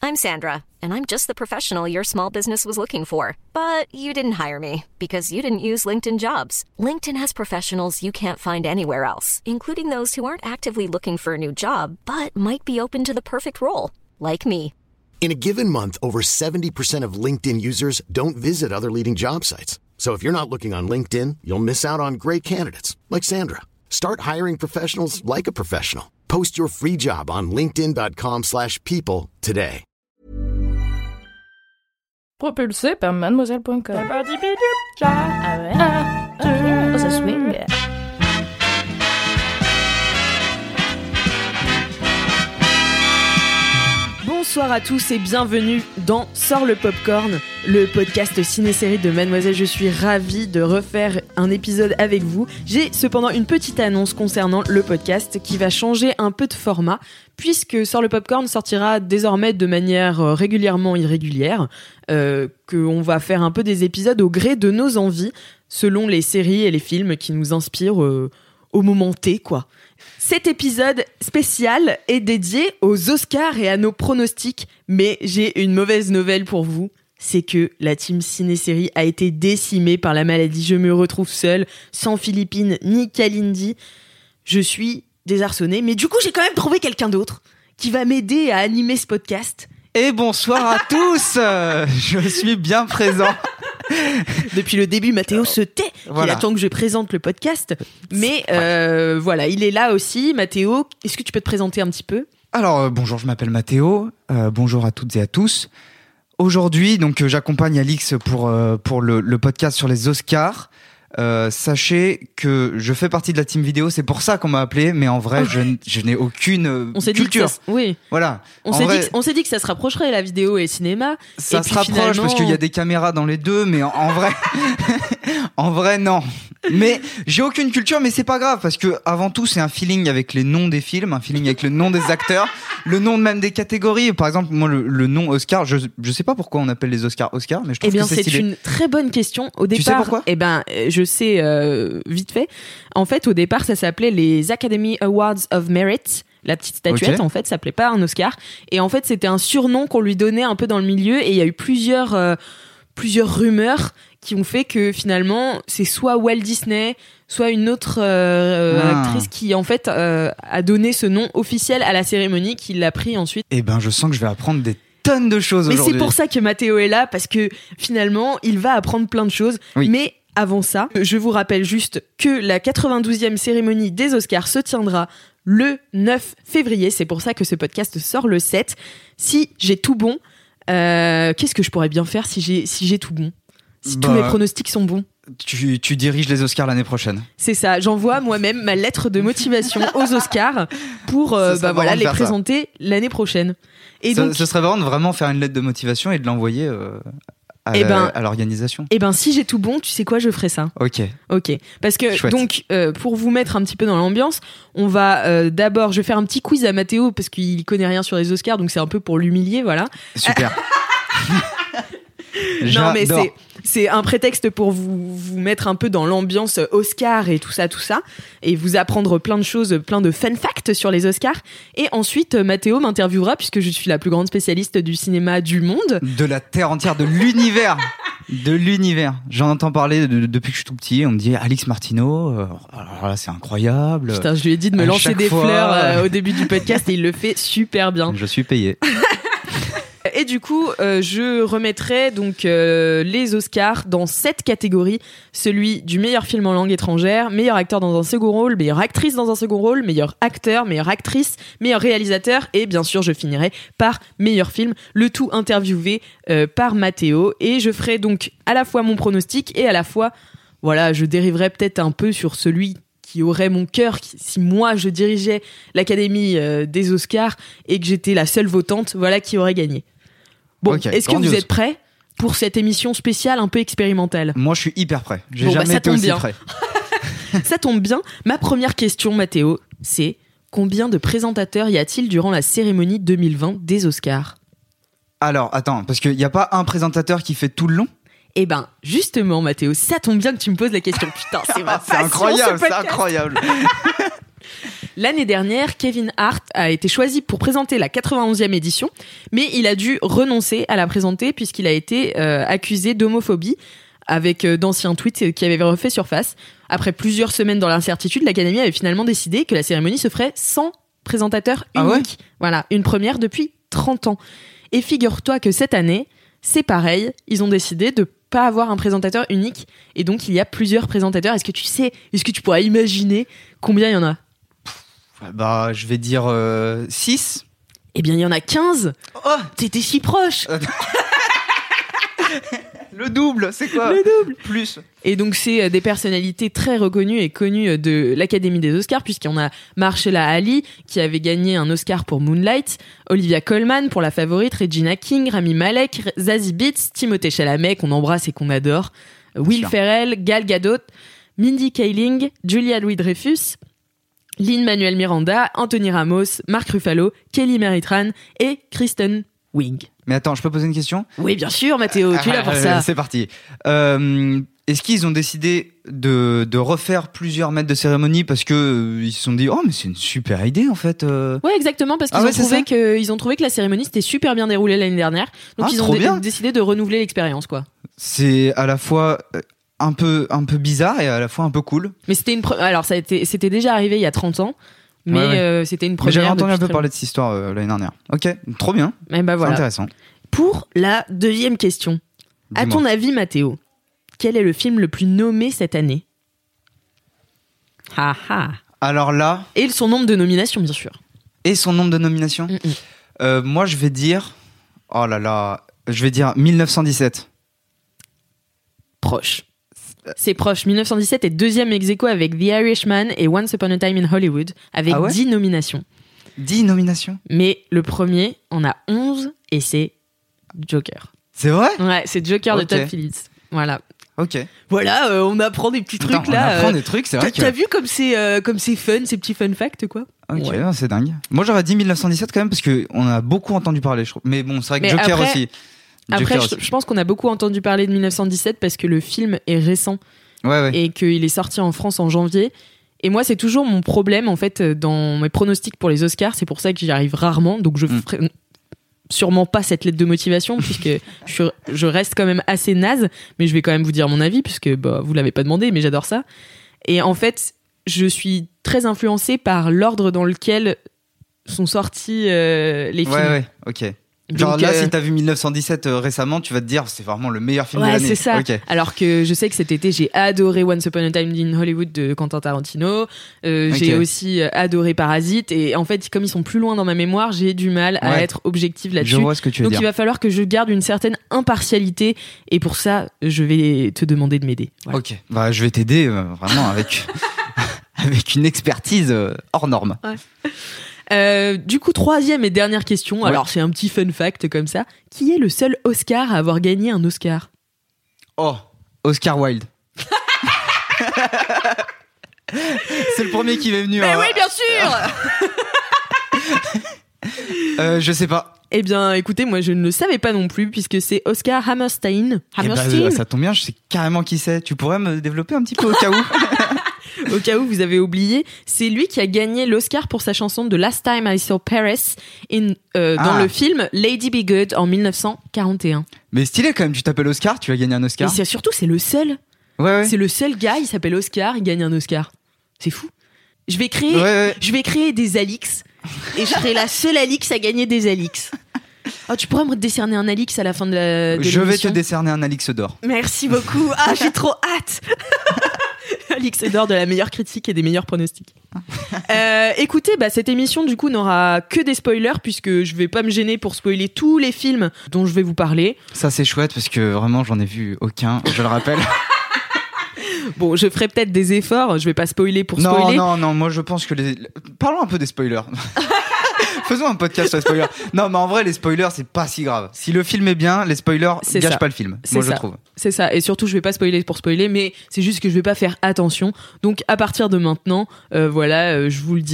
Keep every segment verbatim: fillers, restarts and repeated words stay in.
I'm Sandra, and I'm just the professional your small business was looking for. But you didn't hire me because you didn't use LinkedIn Jobs. LinkedIn has professionals you can't find anywhere else, including those who aren't actively looking for a new job, but might be open to the perfect role, like me. In a given month, over seventy percent of LinkedIn users don't visit other leading job sites. So if you're not looking on LinkedIn, you'll miss out on great candidates like Sandra. Start hiring professionals like a professional. Post your free job on linkedin dot com slash people today. Propulsé par mademoiselle point com. Ah ouais. Ah, oh, ça swing. Bonsoir à tous et bienvenue dans Sors le Popcorn, le podcast ciné-série de Mademoiselle. Je suis ravie de refaire un épisode avec vous. J'ai cependant une petite annonce concernant le podcast qui va changer un peu de format, puisque Sors le Popcorn sortira désormais de manière régulièrement irrégulière, euh, qu'on va faire un peu des épisodes au gré de nos envies, selon les séries et les films qui nous inspirent euh, au moment T, quoi. Cet épisode spécial est dédié aux Oscars et à nos pronostics, mais j'ai une mauvaise nouvelle pour vous, c'est que la team ciné-série a été décimée par la maladie. Je me retrouve seule, sans Philippine ni Kalindi. Je suis désarçonnée, mais du coup j'ai quand même trouvé quelqu'un d'autre qui va m'aider à animer ce podcast. Et bonsoir à tous, euh, je suis bien présent. Depuis le début, Mathéo se tait. Voilà. Il attend que je présente le podcast. Mais euh, voilà, il est là aussi. Mathéo, est-ce que tu peux te présenter un petit peu ? Alors, euh, bonjour, je m'appelle Mathéo. Euh, bonjour à toutes et à tous. Aujourd'hui, donc, euh, j'accompagne Alix pour, euh, pour le, le podcast sur les Oscars. Euh, sachez que je fais partie de la team vidéo, c'est pour ça qu'on m'a appelé, mais en vrai, je, je n'ai aucune euh, on s'est culture. Dit que ça, oui. Voilà. On s'est, vrai, dit que, on s'est dit que ça se rapprocherait, la vidéo et le cinéma. Ça et se puis rapproche finalement... parce qu'il y a des caméras dans les deux, mais en, en vrai, en vrai, non. Mais j'ai aucune culture, mais c'est pas grave parce que avant tout, c'est un feeling avec les noms des films, un feeling avec le nom des acteurs, le nom même des catégories. Par exemple, moi, le, le nom Oscar, je je sais pas pourquoi on appelle les Oscars Oscar, mais je trouve eh bien, que c'est, c'est stylé. C'est une très bonne question. Au départ, tu sais pourquoi ? Eh ben, je sais euh, vite fait. En fait, au départ, ça s'appelait les Academy Awards of Merit. La petite statuette, okay. En fait, ça s'appelait pas un Oscar. Et en fait, c'était un surnom qu'on lui donnait un peu dans le milieu. Et il y a eu plusieurs euh, plusieurs rumeurs qui ont fait que finalement, c'est soit Walt Disney, soit une autre euh, ah. actrice qui en fait euh, a donné ce nom officiel à la cérémonie, qui l'a pris ensuite. Eh ben, je sens que je vais apprendre des tonnes de choses mais aujourd'hui. Mais c'est pour ça que Mathéo est là, parce que finalement, il va apprendre plein de choses. Oui. Mais avant ça, je vous rappelle juste que la quatre-vingt-douzième cérémonie des Oscars se tiendra le neuf février. C'est pour ça que ce podcast sort le sept. Si j'ai tout bon, euh, qu'est-ce que je pourrais bien faire si j'ai, si j'ai tout bon ? Si bah, tous mes pronostics sont bons. Tu, tu diriges les Oscars l'année prochaine. C'est ça, j'envoie moi-même ma lettre de motivation aux Oscars pour euh, bah, voilà, les présenter ça. L'année prochaine. Et ça, donc, ce serait vraiment de vraiment faire une lettre de motivation et de l'envoyer euh, à, eh ben, à l'organisation. Et ben si j'ai tout bon, tu sais quoi, je ferai ça. Ok. Ok. Parce que Chouette. donc euh, pour vous mettre un petit peu dans l'ambiance, on va euh, d'abord, je vais faire un petit quiz à Mathéo parce qu'il connaît rien sur les Oscars, donc c'est un peu pour l'humilier, voilà. Super. Non mais c'est c'est un prétexte pour vous vous mettre un peu dans l'ambiance Oscar et tout ça tout ça et vous apprendre plein de choses, plein de fun facts sur les Oscars. Et ensuite Mathéo m'interviewera puisque je suis la plus grande spécialiste du cinéma du monde, de la terre entière, de l'univers, de l'univers. J'en entends parler de, de, depuis que je suis tout petit. On me dit Alix Martineau. Euh, alors là c'est incroyable. Putain, je lui ai dit de me à lancer des fois, fleurs euh, au début du podcast et il le fait super bien. Je suis payé. Et du coup, euh, je remettrai donc euh, les Oscars dans sept catégories. Celui du meilleur film en langue étrangère, meilleur acteur dans un second rôle, meilleure actrice dans un second rôle, meilleur acteur, meilleure actrice, meilleur réalisateur et bien sûr, je finirai par meilleur film. Le tout interviewé euh, par Mathéo. Et je ferai donc à la fois mon pronostic et à la fois, voilà, je dériverai peut-être un peu sur celui qui aurait mon cœur si moi je dirigeais l'Académie euh, des Oscars et que j'étais la seule votante, voilà qui aurait gagné. Bon, okay, est-ce grandiose. Que vous êtes prêts pour cette émission spéciale un peu expérimentale ? Moi, je suis hyper prêt. J'ai bon, jamais bah, été aussi bien. prêt. Ça tombe bien. Ma première question, Mathéo, c'est combien de présentateurs y a-t-il durant la cérémonie deux mille vingt des Oscars ? Alors, attends, parce qu'il n'y a pas un présentateur qui fait tout le long ? Eh ben, justement, Mathéo, ça tombe bien que tu me poses la question. Putain, c'est ma C'est incroyable, c'est incroyable. L'année dernière, Kevin Hart a été choisi pour présenter la quatre-vingt-onzième édition, mais il a dû renoncer à la présenter puisqu'il a été euh, accusé d'homophobie avec euh, d'anciens tweets qui avaient refait surface. Après plusieurs semaines dans l'incertitude, l'Académie avait finalement décidé que la cérémonie se ferait sans présentateur unique. Ah ouais Voilà, une première depuis trente ans. Et figure-toi que cette année, c'est pareil, ils ont décidé de pas avoir un présentateur unique et donc il y a plusieurs présentateurs. Est-ce que tu sais, est-ce que tu pourrais imaginer combien il y en a ? Bah, je vais dire six. Eh bien, il y en a quinze. Oh, T'étais si proche. le double, c'est quoi ? Le double. Plus. Et donc, c'est des personnalités très reconnues et connues de l'Académie des Oscars, puisqu'il y en a Mahershala Ali, qui avait gagné un Oscar pour Moonlight, Olivia Colman pour La Favorite, Regina King, Rami Malek, Zazie Beetz, Timothée Chalamet, qu'on embrasse et qu'on adore, Will Sûr. Ferrell, Gal Gadot, Mindy Kaling, Julia Louis-Dreyfus, Lin-Manuel Miranda, Anthony Ramos, Mark Ruffalo, Kelly Mary Tran et Kristen Wiig. Mais attends, je peux poser une question ? Oui, bien sûr, Mathéo, tu es là pour ça. C'est parti. Euh, est-ce qu'ils ont décidé de, de refaire plusieurs maîtres de cérémonie parce que euh, ils se sont dit oh mais c'est une super idée en fait. Euh... Ouais, exactement, parce qu'ils Ah ouais, ont c'est trouvé ça que ils ont trouvé que la cérémonie s'était super bien déroulée l'année dernière, donc Ah, ils ont trop dé- bien. décidé de renouveler l'expérience, quoi. C'est à la fois euh, un peu un peu bizarre et à la fois un peu cool. Mais c'était une pre- alors ça a été c'était déjà arrivé il y a trente ans, mais Ouais, ouais. euh, c'était une Mais première. j'avais entendu depuis un peu très parler de cette histoire euh, l'année dernière. Ok, trop bien. longtemps. Et bah C'est voilà. intéressant. Pour la deuxième question, à Dis-moi. ton avis, Mathéo, quel est le film le plus nommé cette année ? Ha ha. Alors là, Et son nombre de nominations, bien sûr. et son nombre de nominations. Mm-mm. Euh, moi, je vais dire, oh là là, je vais dire mille neuf cent dix-sept. Proche. C'est proche. mille neuf cent dix-sept est deuxième ex-aequo avec The Irishman et Once Upon a Time in Hollywood, avec Ah ouais dix nominations. dix nominations. Mais le premier en a onze et c'est Joker. C'est vrai ? Ouais, c'est Joker Ok. de Todd Phillips. Voilà. Ok. Voilà, euh, on apprend des petits trucs Attends, on là. apprend euh, des trucs, c'est T'as, vrai que... t'as vu comme c'est, euh, comme c'est fun, ces petits fun facts, quoi. Ok, Ouais. c'est dingue. Moi, j'aurais dit mille neuf cent dix-sept quand même parce qu'on a beaucoup entendu parler, je trouve. Mais bon, c'est vrai que Mais Joker après- aussi. Après, Joker je, aussi. je pense qu'on a beaucoup entendu parler de mille neuf cent dix-sept parce que le film est récent Ouais, ouais. et qu'il est sorti en France en janvier. Et moi, c'est toujours mon problème, en fait, dans mes pronostics pour les Oscars. C'est pour ça que j'y arrive rarement. Donc, je Mm. ferai sûrement pas cette lettre de motivation, puisque je, je reste quand même assez naze. Mais je vais quand même vous dire mon avis, puisque bah, vous l'avez pas demandé, mais j'adore ça. Et en fait, je suis très influencée par l'ordre dans lequel sont sortis euh, les films. Ouais, ouais, ok. Genre Donc, là, euh, si t'as vu mille neuf cent dix-sept euh, récemment, tu vas te dire c'est vraiment le meilleur film de Ouais, l'année. c'est ça. Ok. Alors que je sais que cet été, j'ai adoré Once Upon a Time in Hollywood de Quentin Tarantino. Euh, Ok. J'ai aussi euh, adoré Parasite. Et en fait, comme ils sont plus loin dans ma mémoire, j'ai du mal à Ouais. être objective là-dessus. Je vois ce que tu veux Donc dire. il va falloir que je garde une certaine impartialité. Et pour ça, je vais te demander de m'aider. Voilà. Ok. Bah, je vais t'aider euh, vraiment avec avec une expertise euh, hors norme. Euh, du coup, troisième et dernière question. Ouais. Alors, c'est un petit fun fact comme ça. Qui est le seul Oscar à avoir gagné un Oscar ? Oh, Oscar Wilde. C'est le premier qui m'est venu. Mais hein. oui, bien sûr. Euh, je sais pas. Eh bien, écoutez, moi, je ne le savais pas non plus, puisque c'est Oscar Hammerstein. Eh ben, Hammerstein. euh, ça tombe bien, je sais carrément qui c'est. Tu pourrais me développer un petit peu au cas où. Au cas où vous avez oublié, c'est lui qui a gagné l'Oscar pour sa chanson The Last Time I Saw Paris in, euh, dans Ah. le film Lady Be Good en mille neuf cent quarante et un. Mais stylé quand même, tu t'appelles Oscar, tu vas gagner un Oscar. Et c'est surtout, c'est le seul. Ouais, ouais. C'est le seul gars, il s'appelle Oscar, il gagne un Oscar. C'est fou. Je vais créer, Ouais, ouais. je vais créer des Alix et je serai la seule Alix à gagner des Alix. Oh, tu pourrais me décerner un Alix à la fin de la de Je vais te l'émission ? décerner un Alix d'or. Merci beaucoup. Ah, j'ai trop hâte. Alix Edor de la meilleure critique et des meilleurs pronostics. Euh, écoutez, bah, cette émission du coup n'aura que des spoilers puisque je vais pas me gêner pour spoiler tous les films dont je vais vous parler. Ça c'est chouette parce que vraiment j'en ai vu aucun, je le rappelle. Bon, je ferai peut-être des efforts, je vais pas spoiler pour non, spoiler. non, non, moi je pense que les... Parlons un peu des spoilers. Faisons un podcast sur les spoilers. Non, mais en vrai, les spoilers, c'est pas si grave. Si le film est bien, les spoilers C'est gâchent ça. pas le film. C'est Moi, je ça. trouve. C'est ça, et surtout je vais pas spoiler pour spoiler, mais c'est juste que je vais pas faire attention. Donc à partir de maintenant, euh, voilà, euh, je vous le dis,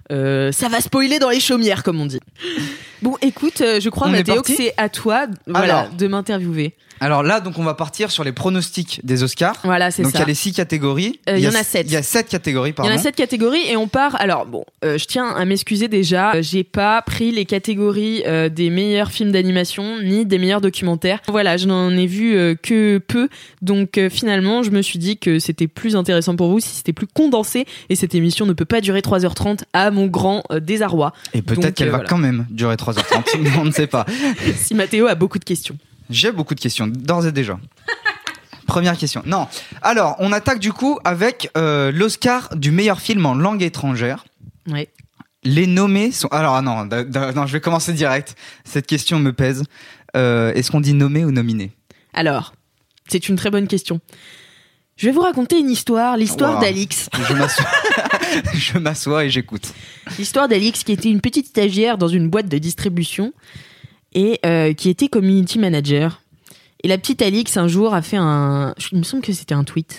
euh, ça va spoiler dans les chaumières, comme on dit. Bon, écoute, euh, je crois, On est Mathéo, que parti c'est à toi voilà, Alors. de m'interviewer. Alors là, donc on va partir sur les pronostics des Oscars. Voilà, c'est donc il y ça. a les six catégories. Euh, il y en a sept. Il y a sept catégories, Il y pardon. en a sept catégories et on part. Alors bon, euh, je tiens à m'excuser déjà. euh, J'ai pas pris les catégories euh, des meilleurs films d'animation ni des meilleurs documentaires. Voilà, je n'en ai vu euh, que peu. Donc euh, finalement, je me suis dit que c'était plus intéressant pour vous si c'était plus condensé. Et cette émission ne peut pas durer trois heures trente à mon grand euh, désarroi. Et peut-être Donc, qu'elle euh, va voilà. quand même durer trois heures trente, mais on ne sait pas. Si Mathéo a beaucoup de questions. J'ai beaucoup de questions, d'ores et déjà. Première question. Non. Alors, on attaque du coup avec euh, l'Oscar du meilleur film en langue étrangère. Ouais. Les nommés sont... Alors, ah non, d- d- non, je vais commencer direct. Cette question me pèse. Euh, est-ce qu'on dit nommé ou nominé ? Alors, c'est une très bonne question. Je vais vous raconter une histoire, l'histoire Wow. d'Alix. Je m'assois. Je m'assois et j'écoute. L'histoire d'Alix qui était une petite stagiaire dans une boîte de distribution et euh, qui était community manager. Et la petite Alix, un jour, a fait un... Il me semble que c'était un tweet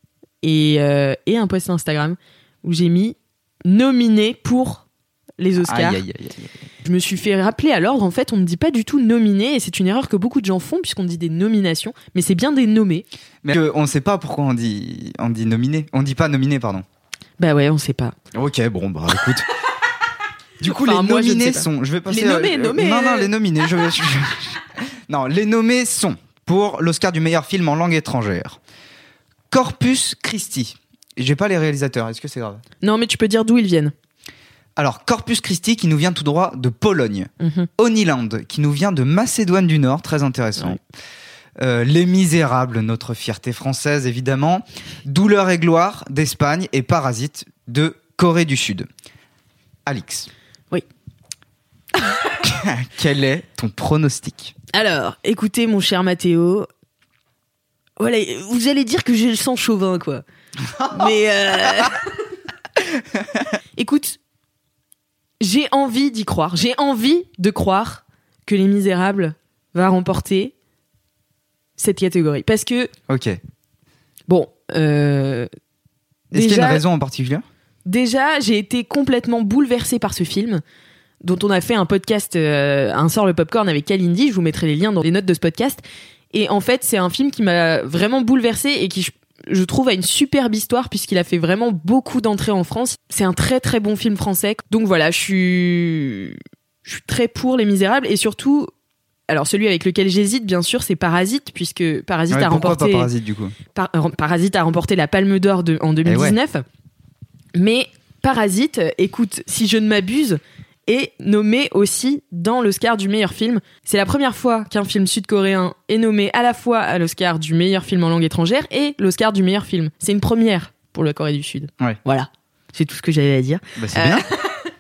et, euh, et un post Instagram où j'ai mis « nominé pour les Oscars ». Aïe, aïe, aïe, aïe. Je me suis fait rappeler à l'ordre, en fait, on ne dit pas du tout nominé et c'est une erreur que beaucoup de gens font puisqu'on dit des nominations, mais c'est bien des nommés. Mais que on ne sait pas pourquoi on dit, on dit nominé. On dit pas nominé, pardon. Bah ouais, on sait pas. Ok, bon, bah écoute. Du coup, Enfin, les moi, je ne nominés sais pas. sont. Je vais passer. Les nommés, à- nommés. Non, non, les nominés. Je, je- je- Non, les nommés sont pour l'Oscar du meilleur film en langue étrangère. Corpus Christi. J'ai pas les réalisateurs. Est-ce que c'est grave ? Non, mais tu peux dire d'où ils viennent. Alors, Corpus Christi qui nous vient tout droit de Pologne. Mhm. Honeyland qui nous vient de Macédoine du Nord, très intéressant. Ouais. Euh, Les Misérables, notre fierté française évidemment. Douleur et gloire d'Espagne et Parasite de Corée du Sud. Alix. Oui. Quel est ton pronostic ? Alors, écoutez, mon cher Mathéo. Voilà, vous allez dire que j'ai le sang chauvin, quoi. Mais euh... écoute, j'ai envie d'y croire. J'ai envie de croire que Les Misérables va remporter cette catégorie. Parce que, Ok. Est-ce bon, euh... qu'il y a déjà, une raison en particulier ? déjà, j'ai été complètement bouleversée par ce film, dont on a fait un podcast, euh, un sort le popcorn avec Kalindi. Je vous mettrai les liens dans les notes de ce podcast. Et en fait, c'est un film qui m'a vraiment bouleversée et qui, je, je trouve, a une superbe histoire puisqu'il a fait vraiment beaucoup d'entrées en France. C'est un très très bon film français. Donc voilà, je suis, je suis très pour Les Misérables et surtout, alors celui avec lequel j'hésite, bien sûr, c'est Parasite puisque Parasite Ouais, a pourquoi remporté. pas Parasite du coup ? Par- Parasite a remporté la Palme d'Or de- en deux mille dix-neuf. Mais Parasite, euh, écoute, si je ne m'abuse, est nommé aussi dans l'Oscar du meilleur film. C'est la première fois qu'un film sud-coréen est nommé à la fois à l'Oscar du meilleur film en langue étrangère et l'Oscar du meilleur film. C'est une première pour la Corée du Sud. Ouais. Voilà, c'est tout ce que j'avais à dire. Bah, c'est Euh, bien.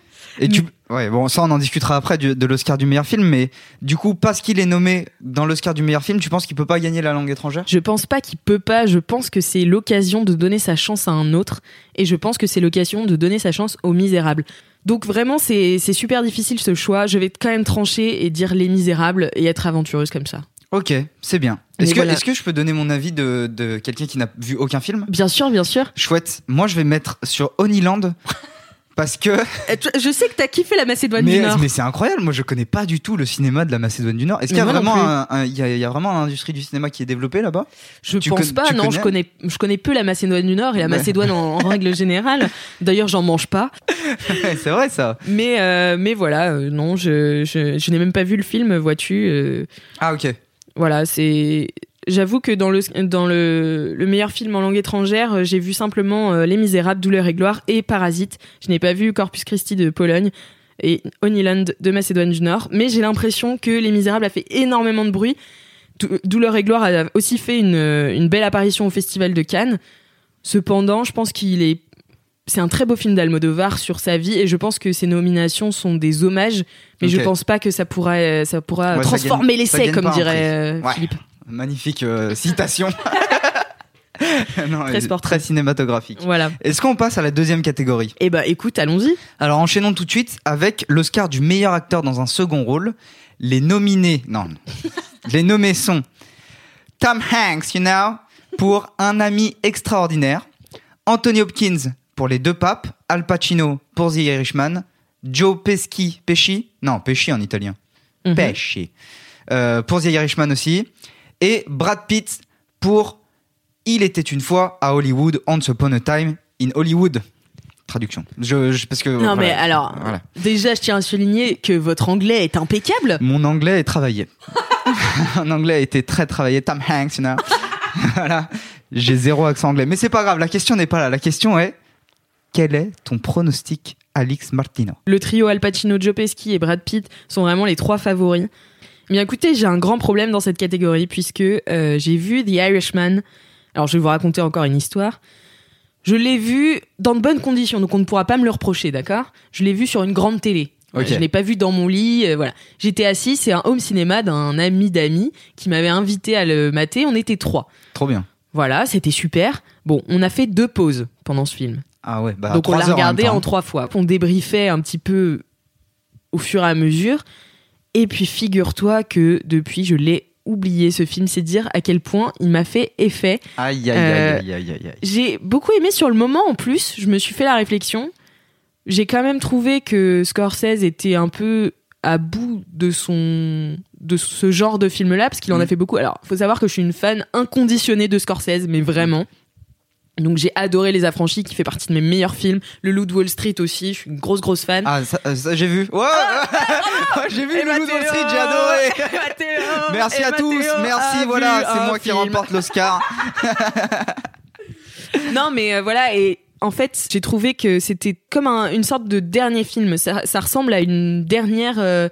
Et tu... Ouais, bon, ça on en discutera après du- de l'Oscar du meilleur film, mais du coup, parce qu'il est nommé dans l'Oscar du meilleur film, tu penses qu'il peut pas gagner la langue étrangère ? Je pense pas qu'il peut pas, je pense que c'est l'occasion de donner sa chance à un autre, et je pense que c'est l'occasion de donner sa chance aux Misérables. Donc vraiment, c'est, c'est super difficile ce choix, je vais quand même trancher et dire Les Misérables et être aventureuse comme ça. Ok, c'est bien. Mais Est-ce que, voilà. est-ce que je peux donner mon avis de, de quelqu'un qui n'a vu aucun film ? Bien sûr, bien sûr. Chouette. Moi, je vais mettre sur Honeyland parce que. Je sais que t'as kiffé la Macédoine Mais, du Nord. mais c'est incroyable. Moi, je connais pas du tout le cinéma de la Macédoine du Nord. Est-ce qu'il y a Mais moi non vraiment un, un- il y a, il y a vraiment une industrie du cinéma qui est développée là-bas ? Je tu pense con- pas, tu non, je connais connais, je connais peu la Macédoine du Nord et la Ouais. Macédoine en, en règle générale. D'ailleurs, j'en mange pas. C'est vrai ça. Mais, euh, mais voilà, euh, non, je, je, je n'ai même pas vu le film, vois-tu. euh, Ah ok. Voilà, c'est. J'avoue que dans le dans le, le meilleur film en langue étrangère, euh, j'ai vu simplement euh, Les Misérables, Douleur et gloire et Parasite. Je n'ai pas vu Corpus Christi de Pologne et Honeyland de Macédoine du Nord, mais j'ai l'impression que Les Misérables a fait énormément de bruit. Dou- Douleur et gloire a aussi fait une une belle apparition au Festival de Cannes. Cependant, je pense qu'il est c'est un très beau film d'Almodovar sur sa vie et je pense que ses nominations sont des hommages, mais Ok. je pense pas que ça pourra ça pourra Ouais, ça transformer gagne- ça l'essai, gagne comme pas un dirait prix. euh, Ouais. Philippe. Magnifique euh, citation. Non, Très euh, sportif. très cinématographique. Voilà. Est-ce qu'on passe à la deuxième catégorie ? Eh bah écoute, allons-y. Alors enchaînons tout de suite avec l'Oscar du meilleur acteur dans un second rôle. Les nominés, non, les nommés sont Tom Hanks, you know, pour Un ami extraordinaire, Anthony Hopkins pour Les Deux Papes, Al Pacino pour The Irishman, Joe Pesci, Pesci Non, Pesci en italien. Mm-hmm. Pesci. Euh, pour The Irishman aussi. Et Brad Pitt pour Il était une fois à Hollywood, Once Upon a Time in Hollywood. Traduction. Je, je, parce que, non, voilà, mais alors, voilà. Déjà, je tiens à souligner que votre anglais est impeccable. Mon anglais est travaillé. Mon anglais a été très travaillé. Tom Hanks, you know. Voilà. J'ai zéro accent anglais. Mais c'est pas grave, la question n'est pas là. La question est, quel est ton pronostic, Alix Martino? Le trio Al Pacino, Joe Pesci et Brad Pitt sont vraiment les trois favoris. Mais écoutez, j'ai un grand problème dans cette catégorie puisque euh, j'ai vu The Irishman. Alors, je vais vous raconter encore une histoire. Je l'ai vu dans de bonnes conditions, donc on ne pourra pas me le reprocher, d'accord ? Je l'ai vu sur une grande télé. Okay. Je ne l'ai pas vu dans mon lit. Euh, voilà. J'étais assis, c'est un home cinéma d'un ami d'amis qui m'avait invité à le mater. On était trois. Trop bien. Voilà, c'était super. Bon, on a fait deux pauses pendant ce film. Ah ouais, bah donc on l'a regardé en, en trois fois. On débriefait un petit peu au fur et à mesure. Et puis figure-toi que depuis, je l'ai oublié ce film, c'est dire à quel point il m'a fait effet. Aïe, aïe, euh, aïe, aïe, aïe, aïe. J'ai beaucoup aimé sur le moment en plus, je me suis fait la réflexion. J'ai quand même trouvé que Scorsese était un peu à bout de son de ce genre de film-là, parce qu'il en a fait beaucoup. Alors, il faut savoir que je suis une fan inconditionnée de Scorsese, mais vraiment. Donc j'ai adoré Les Affranchis, qui fait partie de mes meilleurs films. Le Loup de Wall Street aussi, je suis une grosse grosse fan. Ah ça, ça j'ai vu. Ouais, ah, ah, j'ai vu et Le Loup de Wall Street, j'ai adoré. Mathéo, merci à tous, merci. Voilà, c'est moi film. qui remporte l'Oscar. Non mais euh, voilà, et en fait j'ai trouvé que c'était comme un, une sorte de dernier film. Ça, ça ressemble à une dernière. Euh,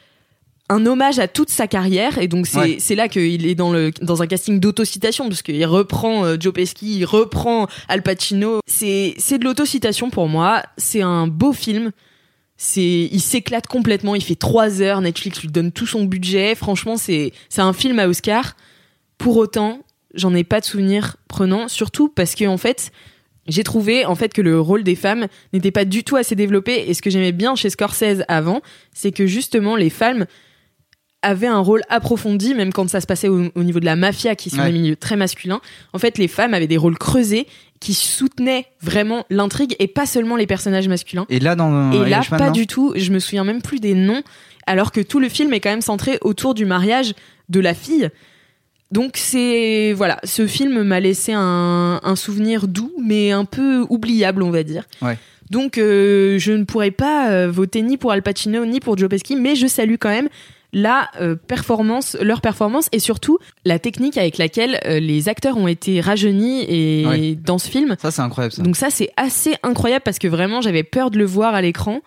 un hommage à toute sa carrière, et donc c'est, ouais. c'est là qu'il est dans, le, dans un casting d'autocitation, parce qu'il reprend euh, Joe Pesci, il reprend Al Pacino. C'est, c'est de l'autocitation pour moi, c'est un beau film, c'est, il s'éclate complètement, il fait trois heures, Netflix lui donne tout son budget, franchement c'est, c'est un film à Oscar. Pour autant, j'en ai pas de souvenir prenant, surtout parce que en fait, j'ai trouvé en fait que le rôle des femmes n'était pas du tout assez développé, et ce que j'aimais bien chez Scorsese avant, c'est que justement les femmes avaient un rôle approfondi, même quand ça se passait au, au niveau de la mafia, qui sont ouais. des milieux très masculins. En fait, les femmes avaient des rôles creusés qui soutenaient vraiment l'intrigue, et pas seulement les personnages masculins. Et là, dans et là, Irishman, pas non du tout. Je me souviens même plus des noms, alors que tout le film est quand même centré autour du mariage de la fille. Donc c'est voilà, ce film m'a laissé un, un souvenir doux, mais un peu oubliable, on va dire. Ouais. Donc euh, je ne pourrais pas euh, voter ni pour Al Pacino ni pour Joe Pesci, mais je salue quand même la euh, performance, leur performance, et surtout la technique avec laquelle euh, les acteurs ont été rajeunis et ouais. dans ce film. Ça c'est incroyable ça. Donc ça c'est assez incroyable, parce que vraiment j'avais peur de le voir à l'écran.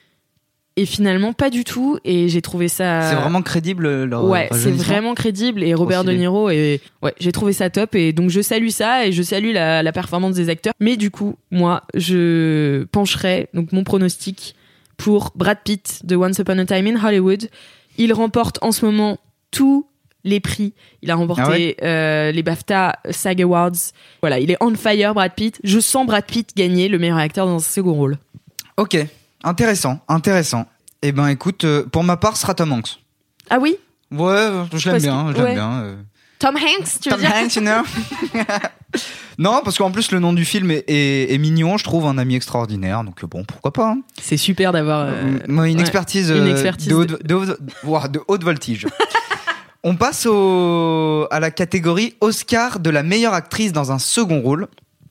Et finalement, pas du tout. Et j'ai trouvé ça... C'est vraiment crédible, leur Ouais, c'est vraiment crédible. Et Robert De Niro, et... ouais, j'ai trouvé ça top. Et donc, je salue ça, et je salue la, la performance des acteurs. Mais du coup, moi, je pencherai, donc mon pronostic, pour Brad Pitt de Once Upon a Time in Hollywood. Il remporte en ce moment tous les prix. Il a remporté ah ouais euh, les BAFTA SAG Awards. Voilà, il est on fire, Brad Pitt. Je sens Brad Pitt gagner le meilleur acteur dans un second rôle. Ok. Intéressant, intéressant. Eh ben écoute, euh, pour ma part, ce sera Tom Hanks. Ah oui ? Ouais, je l'aime parce bien, que, je l'aime ouais. bien. Euh... Tom Hanks, tu veux Tom dire ? Hanks, you know. Non, parce qu'en plus, le nom du film est, est, est mignon, je trouve, Un ami extraordinaire, donc bon, pourquoi pas. Hein. C'est super d'avoir... Euh, Moi, une, ouais, expertise, une expertise de, haute, de, haute, wow, de haute voltige. On passe au, à la catégorie Oscar de la meilleure actrice dans un second rôle.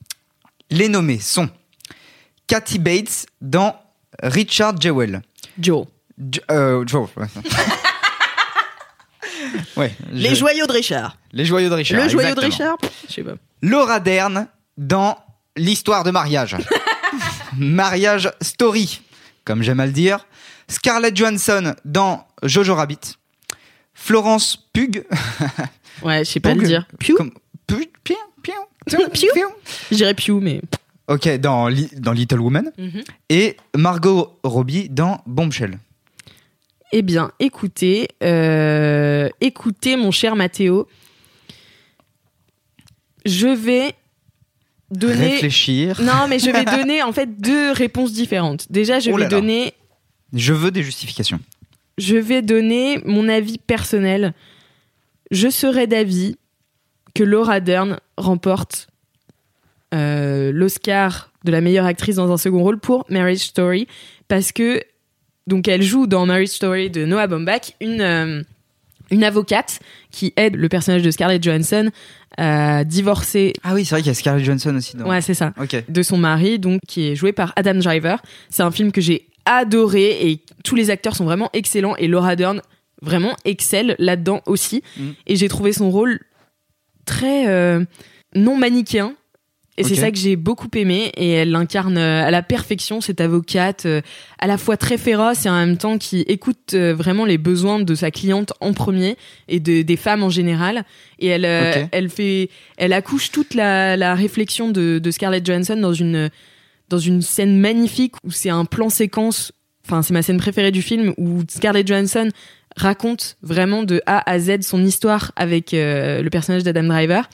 Les nommés sont Kathy Bates dans Richard Jewell. Joe. Jo- euh, Joe. Ouais. ouais, je... Les joyaux de Richard. Les joyaux de Richard. Le joyau exactement. de Richard. Je sais pas. Laura Dern dans L'histoire de mariage. Mariage Story, comme j'aime à le dire. Scarlett Johansson dans Jojo Rabbit. Florence Pugh. Ouais, je sais pas Pugh. le dire. Pugh. Comme... Pugh. Pugh. Pugh. Pugh. Je dirais Pugh, mais... Ok, dans, li- dans Little Woman. Mm-hmm. Et Margot Robbie dans Bombshell. Eh bien, écoutez, euh, écoutez, mon cher Mathéo, je vais donner... Réfléchir. Non, mais je vais donner, en fait, deux réponses différentes. Déjà, je oh vais là là. donner... Je veux des justifications. Je vais donner mon avis personnel. Je serais d'avis que Laura Dern remporte euh, l'Oscar de la meilleure actrice dans un second rôle pour Marriage Story, parce que donc elle joue dans Marriage Story de Noah Baumbach une euh, une avocate qui aide le personnage de Scarlett Johansson à divorcer. Ah oui, c'est vrai qu'il y a Scarlett Johansson aussi. Dans... Ouais, c'est ça. Ok. De son mari, donc qui est joué par Adam Driver. C'est un film que j'ai adoré et tous les acteurs sont vraiment excellents et Laura Dern vraiment excelle là-dedans aussi. Mm. Et j'ai trouvé son rôle très euh, non manichéen. Et okay. c'est ça que j'ai beaucoup aimé. Et elle l'incarne à la perfection, cette avocate euh, à la fois très féroce et en même temps qui écoute euh, vraiment les besoins de sa cliente en premier et de, des femmes en général. Et elle, euh, okay. elle, fait, elle accouche toute la, la réflexion de, de Scarlett Johansson dans une, dans une scène magnifique où c'est un plan séquence. Enfin, c'est ma scène préférée du film où Scarlett Johansson raconte vraiment de A à Z son histoire avec euh, le personnage d'Adam Driver.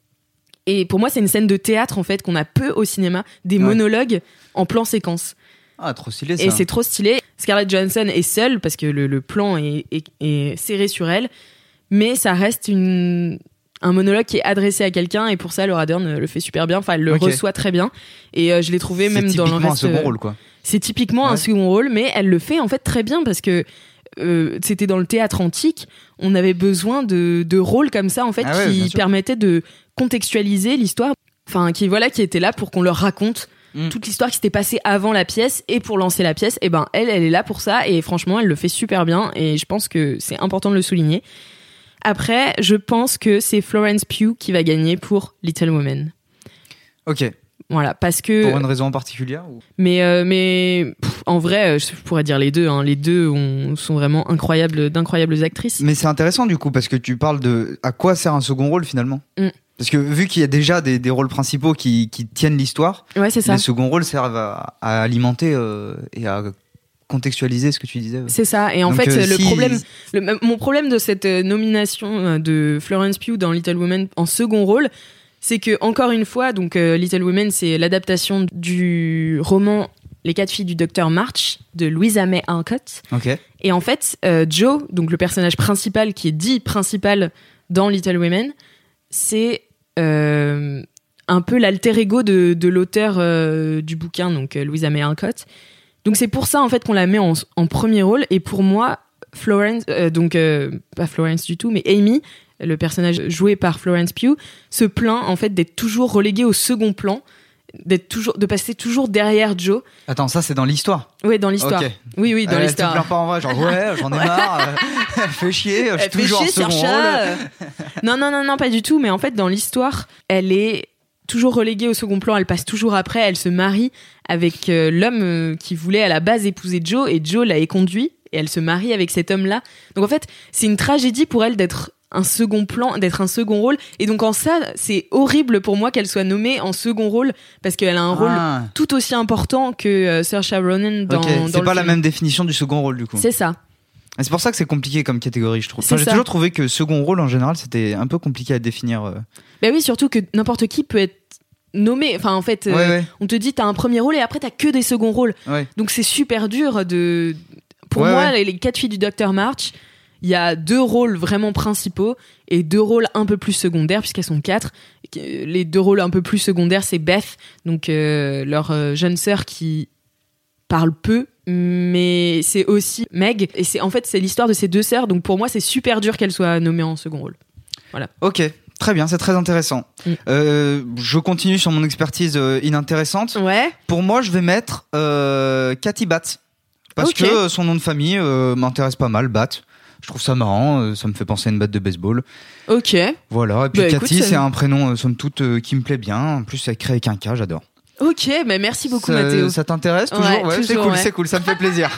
Et pour moi, c'est une scène de théâtre, en fait, qu'on a peu au cinéma, des ouais. monologues en plan séquence. Ah, trop stylé, ça. Et c'est trop stylé. Scarlett Johansson est seule, parce que le, le plan est, est, est serré sur elle, mais ça reste une, un monologue qui est adressé à quelqu'un, et pour ça, Laura Dern le fait super bien. Enfin, elle le okay. reçoit très bien. Et euh, je l'ai trouvé c'est même dans le reste... C'est typiquement un second rôle, quoi. C'est typiquement ouais. un second rôle, mais elle le fait, en fait, très bien, parce que Euh, c'était dans le théâtre antique, on avait besoin de, de rôles comme ça en fait ah ouais, qui permettaient de contextualiser l'histoire, enfin qui voilà qui étaient là pour qu'on leur raconte mm. toute l'histoire qui s'était passée avant la pièce et pour lancer la pièce. Et ben elle, elle est là pour ça et franchement elle le fait super bien et je pense que c'est important de le souligner. Après, je pense que c'est Florence Pugh qui va gagner pour Little Women. Ok. Voilà, parce que... Pour une raison en particulier ou... Mais, euh, mais pff, en vrai, je pourrais dire les deux. Hein. Les deux ont, sont vraiment incroyables, d'incroyables actrices. Mais c'est intéressant du coup, parce que tu parles de... À quoi sert un second rôle finalement mm. Parce que vu qu'il y a déjà des, des rôles principaux qui, qui tiennent l'histoire, ouais, c'est ça. Les seconds rôles servent à, à alimenter euh, et à contextualiser ce que tu disais. C'est ça. Et en Donc, fait, euh, le si... problème, le, mon problème de cette nomination de Florence Pugh dans Little Women en second rôle, c'est que encore une fois, donc euh, Little Women, c'est l'adaptation du roman Les quatre filles du docteur March de Louisa May Alcott. Okay. Et en fait, euh, Joe, donc le personnage principal qui est dit principal dans Little Women, c'est euh, un peu l'alter ego de, de l'auteur euh, du bouquin, donc euh, Louisa May Alcott. Donc c'est pour ça en fait qu'on la met en, en premier rôle. Et pour moi, Florence, euh, donc euh, pas Florence du tout, mais Amy, le personnage joué par Florence Pugh, se plaint en fait d'être toujours relégué au second plan, d'être toujours, de passer toujours derrière Joe. Attends, ça c'est dans l'histoire. Oui, dans l'histoire. Okay. Oui, oui, dans euh, l'histoire. Elle te plaint pas en vrai, genre ouais, j'en ai marre, euh, fais chier, je suis elle toujours en second rôle. Non, non, non, non, pas du tout. Mais en fait, dans l'histoire, elle est toujours reléguée au second plan. Elle passe toujours après. Elle se marie avec euh, l'homme euh, qui voulait à la base épouser Joe, et Joe l'a éconduit. Et elle se marie avec cet homme-là. Donc en fait, c'est une tragédie pour elle d'être un second plan, d'être un second rôle. Et donc en ça, c'est horrible pour moi qu'elle soit nommée en second rôle parce qu'elle a un rôle ah. tout aussi important que euh, Saoirse Ronan dans, okay. dans c'est le pas film. La même définition du second rôle du coup. C'est ça. Et c'est pour ça que c'est compliqué comme catégorie, je trouve. Enfin, j'ai ça. toujours trouvé que second rôle en général, c'était un peu compliqué à définir. Euh... Ben oui, surtout que n'importe qui peut être nommé. Enfin, en fait, ouais, euh, ouais. on te dit t'as un premier rôle et après t'as que des seconds rôles. Ouais. Donc c'est super dur de. Pour ouais, moi, ouais. les, les quatre filles du docteur March, il y a deux rôles vraiment principaux et deux rôles un peu plus secondaires puisqu'elles sont quatre. Les deux rôles un peu plus secondaires, c'est Beth, donc euh, leur euh, jeune sœur qui parle peu, mais c'est aussi Meg. Et c'est en fait c'est l'histoire de ces deux sœurs. Donc pour moi, c'est super dur qu'elles soient nommées en second rôle. Voilà. Ok. Très bien, c'est très intéressant. Mm. Euh, je continue sur mon expertise euh, inintéressante. Ouais. Pour moi, je vais mettre euh, Cathy Bates. Parce okay. que son nom de famille euh, m'intéresse pas mal, Bat. Je trouve ça marrant, euh, ça me fait penser à une batte de baseball. Ok. Voilà, et puis bah, Cathy, écoute, c'est un prénom, euh, somme toute, euh, qui me plaît bien. En plus, c'est écrit avec un K, j'adore. Ok, mais merci beaucoup, ça, Mathéo. Ça t'intéresse toujours? Ouais, ouais, toujours, c'est cool, ouais. c'est cool, ça me fait plaisir.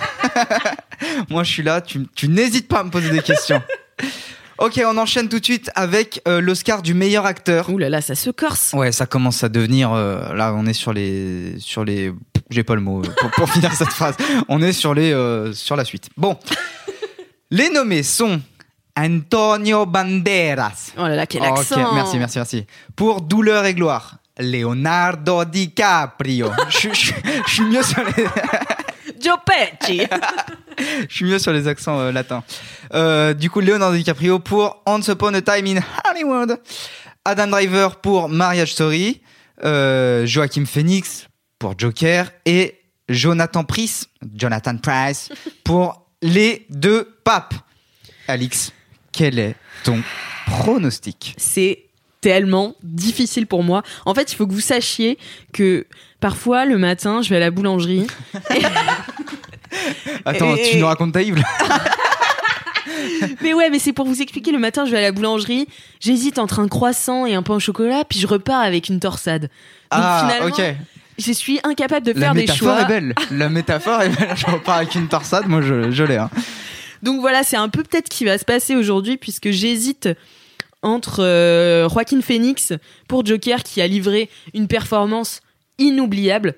Moi, je suis là, tu, tu n'hésites pas à me poser des questions. Ok, on enchaîne tout de suite avec euh, l'Oscar du meilleur acteur. Ouh là là, ça se corse. Ouais, ça commence à devenir... Euh, là, on est sur les... Sur les j'ai pas le mot pour, pour finir cette phrase. On est sur, les, euh, sur la suite. Bon. Les nommés sont Antonio Banderas. Oh là là, quel accent. Ok, merci, merci, merci. Pour Douleur et gloire. Leonardo DiCaprio. Je suis mieux sur les... Joe Pesci. Je suis mieux sur les accents euh, latins. Euh, du coup, Leonardo DiCaprio pour Once Upon a Time in Hollywood. Adam Driver pour Marriage Story. euh, Joaquin Phoenix pour Joker et Jonathan Pryce, Jonathan Pryce pour les deux papes. Alix, quel est ton pronostic ? C'est tellement difficile pour moi. En fait, il faut que vous sachiez que parfois, le matin, je vais à la boulangerie. et... Attends, et... tu nous racontes ta Yves ? Mais ouais, mais c'est pour vous expliquer. Le matin, je vais à la boulangerie, j'hésite entre un croissant et un pain au chocolat, puis je repars avec une torsade. Donc ah, finalement, ok. Je suis incapable de faire des choix. La métaphore est belle. La métaphore est belle. Je repars avec une torsade, moi je, je l'ai. Hein. Donc voilà, c'est un peu peut-être ce qui va se passer aujourd'hui, puisque j'hésite entre euh, Joaquin Phoenix pour Joker, qui a livré une performance inoubliable,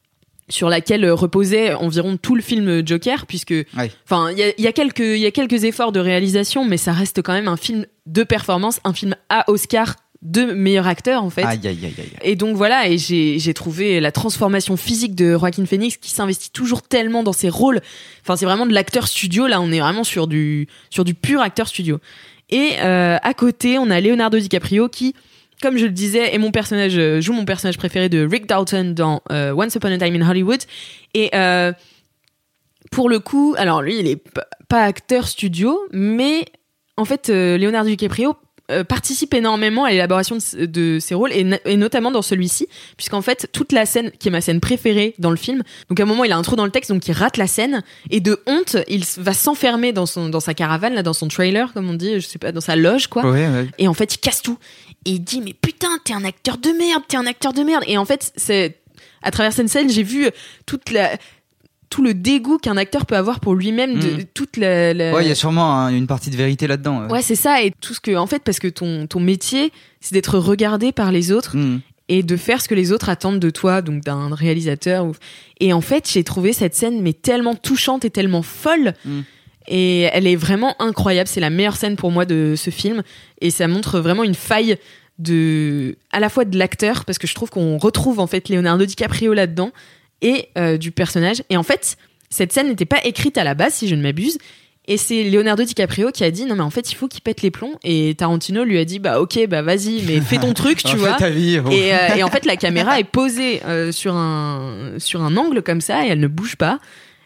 sur laquelle reposait environ tout le film Joker, puisque enfin il y a, y a quelques il y a quelques efforts de réalisation, mais ça reste quand même un film de performance, un film à Oscar de meilleur acteur en fait. Aïe, aïe, aïe, aïe. Et donc voilà, et j'ai j'ai trouvé la transformation physique de Joaquin Phoenix, qui s'investit toujours tellement dans ses rôles. Enfin, c'est vraiment de l'acteur studio. Là, on est vraiment sur du sur du pur acteur studio. Et euh, à côté, on a Leonardo DiCaprio qui, comme je le disais, est mon personnage, joue mon personnage préféré de Rick Dalton dans euh, Once Upon a Time in Hollywood. Et euh, pour le coup, alors lui, il est p- pas acteur studio, mais en fait, euh, Leonardo DiCaprio euh, participe énormément à l'élaboration de, de ses rôles, et, na- et notamment dans celui-ci, puisqu'en fait, toute la scène, qui est ma scène préférée dans le film, donc à un moment, il a un trou dans le texte, donc il rate la scène, et de honte, il va s'enfermer dans, son, dans sa caravane, là, dans son trailer, comme on dit, je sais pas, dans sa loge, quoi. Ouais, ouais. Et en fait, il casse tout. Et il dit, mais putain, t'es un acteur de merde, t'es un acteur de merde. Et en fait, c'est, à travers cette scène, j'ai vu toute la, tout le dégoût qu'un acteur peut avoir pour lui-même, de mmh. toute la, la... Ouais, il y a sûrement un, une partie de vérité là-dedans. Ouais, ouais, c'est ça. Et tout ce que, en fait, parce que ton, ton métier, c'est d'être regardé par les autres. Mmh. Et de faire ce que les autres attendent de toi, donc d'un réalisateur. Ou... Et en fait, j'ai trouvé cette scène mais tellement touchante et tellement folle. Mmh. Et elle est vraiment incroyable. C'est la meilleure scène pour moi de ce film. Et ça montre vraiment une faille de, à la fois de l'acteur, parce que je trouve qu'on retrouve en fait Leonardo DiCaprio là-dedans, et euh, du personnage. Et en fait, cette scène n'était pas écrite à la base, si je ne m'abuse. Et c'est Leonardo DiCaprio qui a dit non mais en fait il faut qu'il pète les plombs, et Tarantino lui a dit bah ok bah vas-y mais fais ton truc tu vois. Ta vie, bon. et, euh, et en fait la caméra est posée euh, sur un sur un angle comme ça et elle ne bouge pas.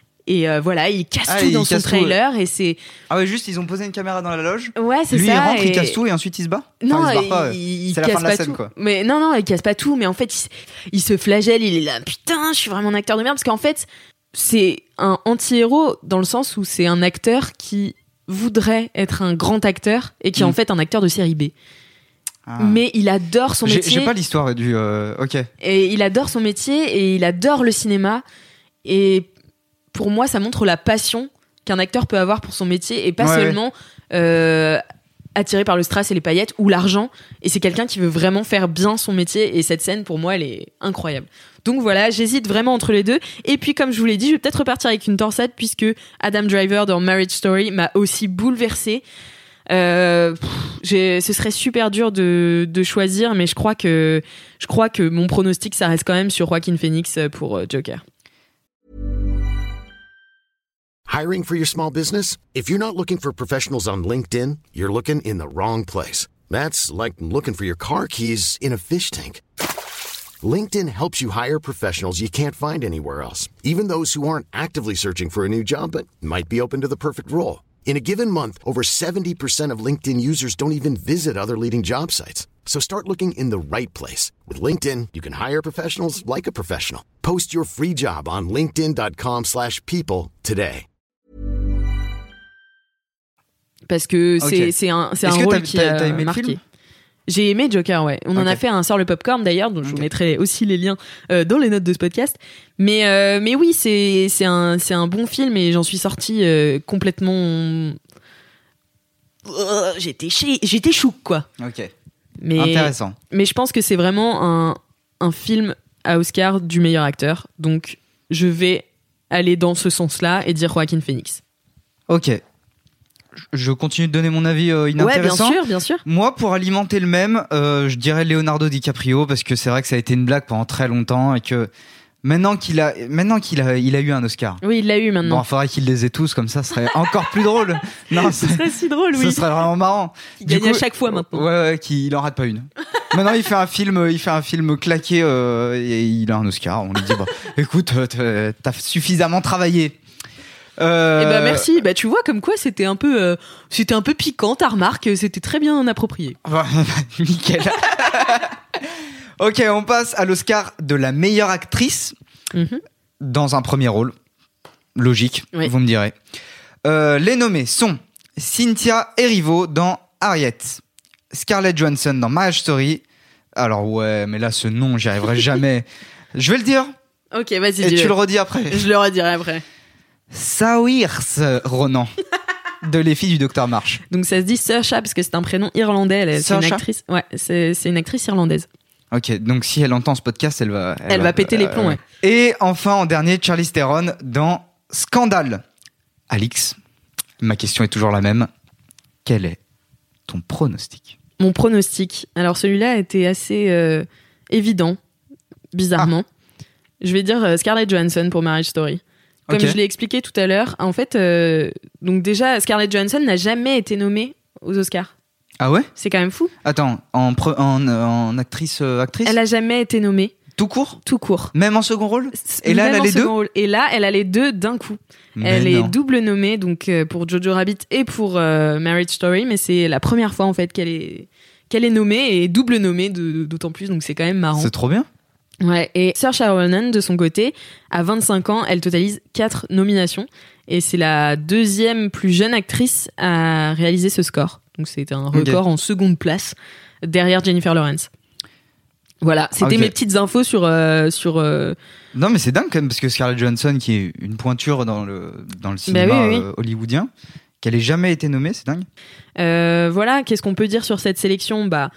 Et euh, voilà, il casse ah, tout dans son trailer tout, ouais. Et c'est ah ouais juste ils ont posé une caméra dans la loge. Ouais c'est lui, ça. Lui il rentre, et... il casse tout et ensuite il se bat. Non, enfin, il, se il, pas, il, c'est il la casse fin de la pas scène tout. quoi. Mais non non il casse pas tout, mais en fait il, il se flagelle, il est là putain je suis vraiment un acteur de merde, parce qu'en fait c'est un anti-héros dans le sens où c'est un acteur qui voudrait être un grand acteur et qui est mmh. en fait un acteur de série B. Ah. Mais il adore son métier. J'ai, j'ai pas l'histoire du. Euh, ok. Et il adore son métier et il adore le cinéma. Et pour moi, ça montre la passion qu'un acteur peut avoir pour son métier et pas ouais, seulement euh, attiré par le strass et les paillettes ou l'argent. Et c'est quelqu'un qui veut vraiment faire bien son métier. Et cette scène, pour moi, elle est incroyable. Donc voilà, j'hésite vraiment entre les deux. Et puis, comme je vous l'ai dit, je vais peut-être repartir avec une torsade, puisque Adam Driver dans Marriage Story m'a aussi bouleversée. Euh, pff, j'ai, ce serait super dur de, de choisir, mais je crois que je crois que mon pronostic, ça reste quand même sur Joaquin Phoenix pour Joker. Hiring for your small business? If you're not looking for professionals on LinkedIn, you're looking in the wrong place. That's like looking for your car keys in a fish tank. LinkedIn helps you hire professionals you can't find anywhere else, even those who aren't actively searching for a new job but might be open to the perfect role. In a given month, over seventy percent of LinkedIn users don't even visit other leading job sites. So start looking in the right place. With LinkedIn, you can hire professionals like a professional. Post your free job on linkedin.com slash people today. Parce que c'est, okay. c'est un, c'est un rôle qui a marqué. J'ai aimé Joker, ouais. On okay. en a fait un Sort le Popcorn d'ailleurs, donc okay. je vous mettrai aussi les liens euh, dans les notes de ce podcast. Mais euh, mais oui, c'est c'est un c'est un bon film et j'en suis sortie euh, complètement. Euh, j'étais chez, j'étais chouque quoi. Ok. Mais, intéressant. Mais je pense que c'est vraiment un un film à Oscar du meilleur acteur, donc je vais aller dans ce sens-là et dire Joaquin Phoenix. Ok. Je continue de donner mon avis euh, inintéressant. Ouais, bien sûr, bien sûr. Moi, pour alimenter le même, euh, je dirais Leonardo DiCaprio, parce que c'est vrai que ça a été une blague pendant très longtemps et que maintenant qu'il a, maintenant qu'il a, il a eu un Oscar. Oui, il l'a eu maintenant. Bon, il faudrait qu'il les ait tous, comme ça, ce serait encore plus drôle. Non, ce serait si drôle, oui. Ce serait vraiment marrant. Il gagne à chaque fois maintenant. Ouais, ouais, qu'il en rate pas une. Maintenant, il fait un film, il fait un film claqué euh, et il a un Oscar. On lui dit, bah, écoute, euh, t'as suffisamment travaillé. Euh... Eh ben merci. Bah tu vois comme quoi c'était un peu, euh, c'était un peu piquant. Ta remarque, c'était très bien approprié. Nickel. Ok, on passe à l'Oscar de la meilleure actrice mm-hmm. dans un premier rôle. Logique, oui. Vous me direz. Euh, les nommés sont Cynthia Erivo dans Harriet, Scarlett Johansson dans Marriage Story. Alors ouais, mais là ce nom, j'y arriverai jamais. Je vais le dire. Ok, vas-y. Et dis-le. tu le redis après. Je le redirai après. Saoirse Ronan de Les filles du docteur March. Donc ça se dit Saoirse parce que c'est un prénom irlandais. Elle, c'est une actrice. Ouais, c'est, c'est une actrice irlandaise. Ok, donc si elle entend ce podcast, elle va. Elle, elle va, va péter euh, les plombs. Ouais. Et enfin en dernier, Charlize Theron dans Scandale. Alix, ma question est toujours la même. Quel est ton pronostic ? Mon pronostic. Alors celui-là était assez euh, évident, bizarrement. Ah. Je vais dire euh, Scarlett Johansson pour Marriage Story. Comme okay. je l'ai expliqué tout à l'heure, en fait, euh, donc déjà, Scarlett Johansson n'a jamais été nommée aux Oscars. Ah ouais ? C'est quand même fou. Attends, en, pre- en, en actrice, euh, actrice ? Elle a jamais été nommée. Tout court ? Tout court. Même en second rôle ? Et là, Même elle a les deux ? rôle. Et là, elle a les deux d'un coup. Mais elle non. est double nommée, donc euh, pour Jojo Rabbit et pour euh, Marriage Story, mais c'est la première fois en fait qu'elle est qu'elle est nommée et double nommée de, de, d'autant plus, donc c'est quand même marrant. C'est trop bien. Ouais, et Saoirse Ronan, de son côté, à vingt-cinq ans, elle totalise quatre nominations. Et c'est la deuxième plus jeune actrice à réaliser ce score. Donc c'est un record okay. en seconde place, derrière Jennifer Lawrence. Voilà, c'était okay. mes petites infos sur... Euh, sur euh... Non mais c'est dingue quand même, parce que Scarlett Johansson, qui est une pointure dans le, dans le cinéma bah oui, oui. Euh, hollywoodien, qu'elle ait jamais été nommée, c'est dingue. Euh, voilà, qu'est-ce qu'on peut dire sur cette sélection ? Bah...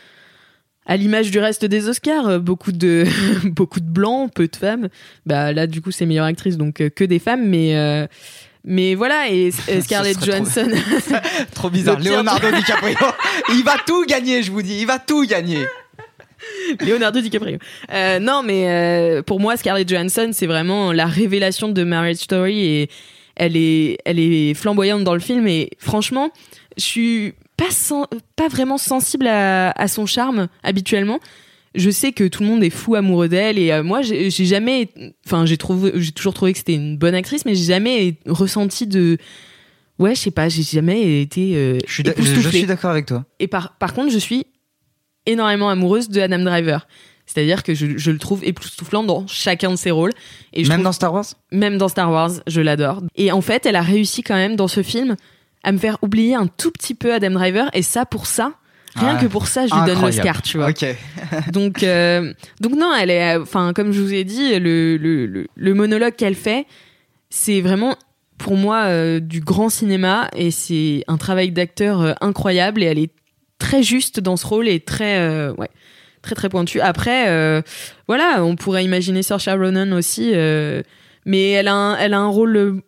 À l'image du reste des Oscars, beaucoup de beaucoup de blancs, peu de femmes. Bah là, du coup, c'est meilleure actrice, donc euh, que des femmes. Mais euh, mais voilà, et euh, Scarlett Johansson. Trop, trop bizarre. Leonardo DiCaprio, il va tout gagner, je vous dis, il va tout gagner. Leonardo DiCaprio. Euh, non, mais euh, pour moi, Scarlett Johansson, c'est vraiment la révélation de Marriage Story, et elle est elle est flamboyante dans le film. Et franchement, je suis Pas, sen- pas vraiment sensible à, à son charme habituellement. Je sais que tout le monde est fou amoureux d'elle, et euh, moi j'ai, j'ai jamais, enfin j'ai trouvé, j'ai toujours trouvé que c'était une bonne actrice, mais j'ai jamais ressenti de, ouais je sais pas, j'ai jamais été euh, je, suis da- je, je suis d'accord avec toi. Et par par contre je suis énormément amoureuse de Adam Driver. C'est-à-dire que je, je le trouve époustouflant dans chacun de ses rôles. Et je même trouve, dans Star Wars ? Même dans Star Wars, je l'adore. Et en fait, elle a réussi quand même dans ce film à me faire oublier un tout petit peu Adam Driver, et ça, pour ça, rien ouais. que pour ça, je lui Incroyable. donne l'Oscar, tu vois. Okay. donc, euh, donc non, elle est, enfin, comme je vous ai dit, le, le, le, le monologue qu'elle fait, c'est vraiment, pour moi, euh, du grand cinéma, et c'est un travail d'acteur euh, incroyable, et elle est très juste dans ce rôle, et très, euh, ouais, très très pointue. Après, euh, voilà, on pourrait imaginer Saoirse Ronan aussi, euh, mais elle a un, elle a un rôle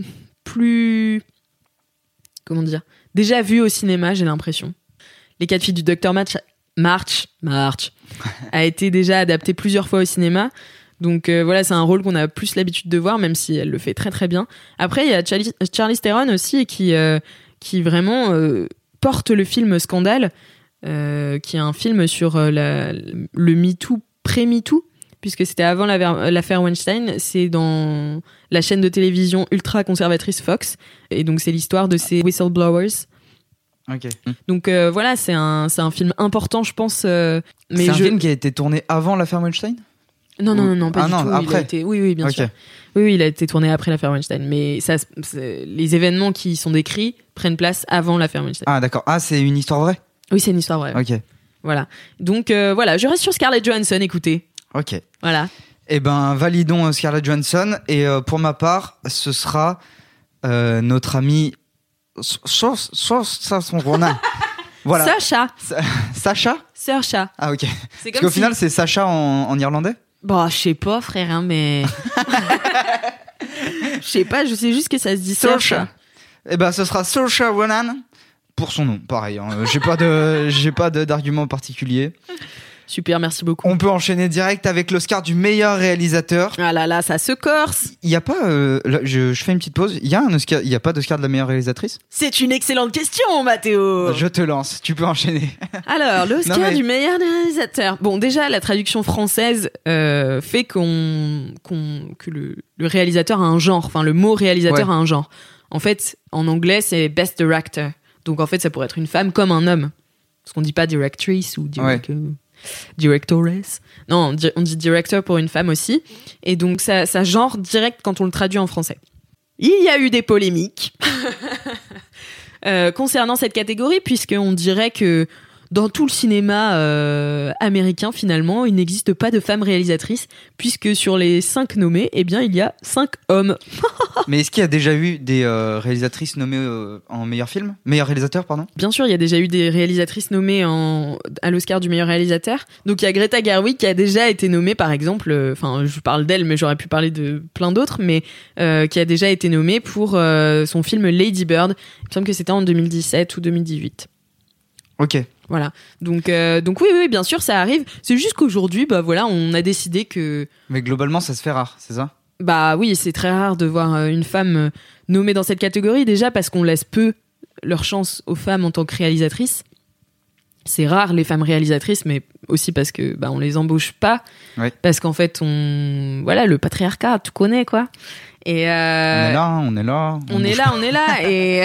plus... Comment dire ? Déjà vu au cinéma, j'ai l'impression. Les quatre filles du docteur March, March, March a été déjà adapté plusieurs fois au cinéma. Donc euh, voilà, c'est un rôle qu'on a plus l'habitude de voir, même si elle le fait très très bien. Après, il y a Charlize, Charlize Theron aussi, qui, euh, qui vraiment euh, porte le film Scandale, euh, qui est un film sur euh, la, le MeToo, pré-MeToo, puisque c'était avant l'affaire, l'affaire Weinstein. C'est dans la chaîne de télévision ultra-conservatrice Fox. Et donc, c'est l'histoire de ces whistleblowers. Ok. Donc, euh, voilà, c'est un, c'est un film important, je pense. Euh, mais c'est un je... film qui a été tourné avant l'affaire Weinstein ? Non, non, non, non, pas ah du non, tout. Après. Il a été... Oui, oui, bien okay. sûr. Oui, oui, il a été tourné après l'affaire Weinstein. Mais ça, les événements qui sont décrits prennent place avant l'affaire Weinstein. Ah, d'accord. Ah, c'est une histoire vraie ? Oui, c'est une histoire vraie. Ok. Voilà. Donc, euh, voilà, je reste sur Scarlett Johansson, écoutez. Ok. Voilà. Eh ben, validons Scarlett Johansson. Et euh, pour ma part, ce sera euh, notre ami Saoirse Ronan. Voilà. Sacha. Sa- Sacha. Sacha. Ah ok. C'est Parce qu'au si... final, c'est Sacha en, en irlandais. Bah, je sais pas, frère, hein, mais. Je sais pas, je sais juste que ça se dit Sacha. Eh ben, ce sera Saoirse Ronan pour son nom. Pareil. Hein. J'ai pas de, j'ai pas de, d'argument particulier. Super, merci beaucoup. On peut enchaîner direct avec l'Oscar du meilleur réalisateur. Ah là là, ça se corse. Il y a pas, euh, là, je, je fais une petite pause. Il y a un Oscar, il y a pas d'Oscar de la meilleure réalisatrice ? C'est une excellente question, Mathéo. Je te lance, tu peux enchaîner. Alors, l'Oscar Non, mais- du meilleur réalisateur. Bon, déjà, la traduction française euh, fait qu'on, qu'on, que le, le réalisateur a un genre. Enfin, le mot réalisateur Ouais. a un genre. En fait, en anglais, c'est Best Director. Donc, en fait, ça pourrait être une femme comme un homme. Parce qu'on dit pas directrice ou direct, Ouais. euh, directoress. Non, on dit, on dit director pour une femme aussi. Et donc, ça, ça genre direct quand on le traduit en français. Il y a eu des polémiques euh, concernant cette catégorie, puisqu'on dirait que dans tout le cinéma euh, américain, finalement, il n'existe pas de femme réalisatrice, puisque sur les cinq nommés, eh bien, il y a cinq hommes. Mais est-ce qu'il y a déjà eu des euh, réalisatrices nommées euh, en meilleur film ? Meilleur réalisateur, pardon ? Bien sûr, il y a déjà eu des réalisatrices nommées en, à l'Oscar du meilleur réalisateur. Donc il y a Greta Gerwig qui a déjà été nommée, par exemple, enfin, euh, je parle d'elle, mais j'aurais pu parler de plein d'autres, mais euh, qui a déjà été nommée pour euh, son film Lady Bird. Il me semble que c'était en deux mille dix-sept ou deux mille dix-huit. Ok. Voilà. Donc, euh, donc oui, oui, bien sûr, ça arrive. C'est juste qu'aujourd'hui, bah voilà, on a décidé que, Mais globalement, ça se fait rare, c'est ça ? bah oui, c'est très rare de voir euh, une femme euh, nommée dans cette catégorie, déjà parce qu'on laisse peu leur chance aux femmes en tant que réalisatrices. C'est rare les femmes réalisatrices, mais aussi parce que bah on les embauche pas, Ouais. parce qu'en fait on, voilà, le patriarcat, tu connais quoi. Et euh, On est là, hein, on est là. on est là, on est là, et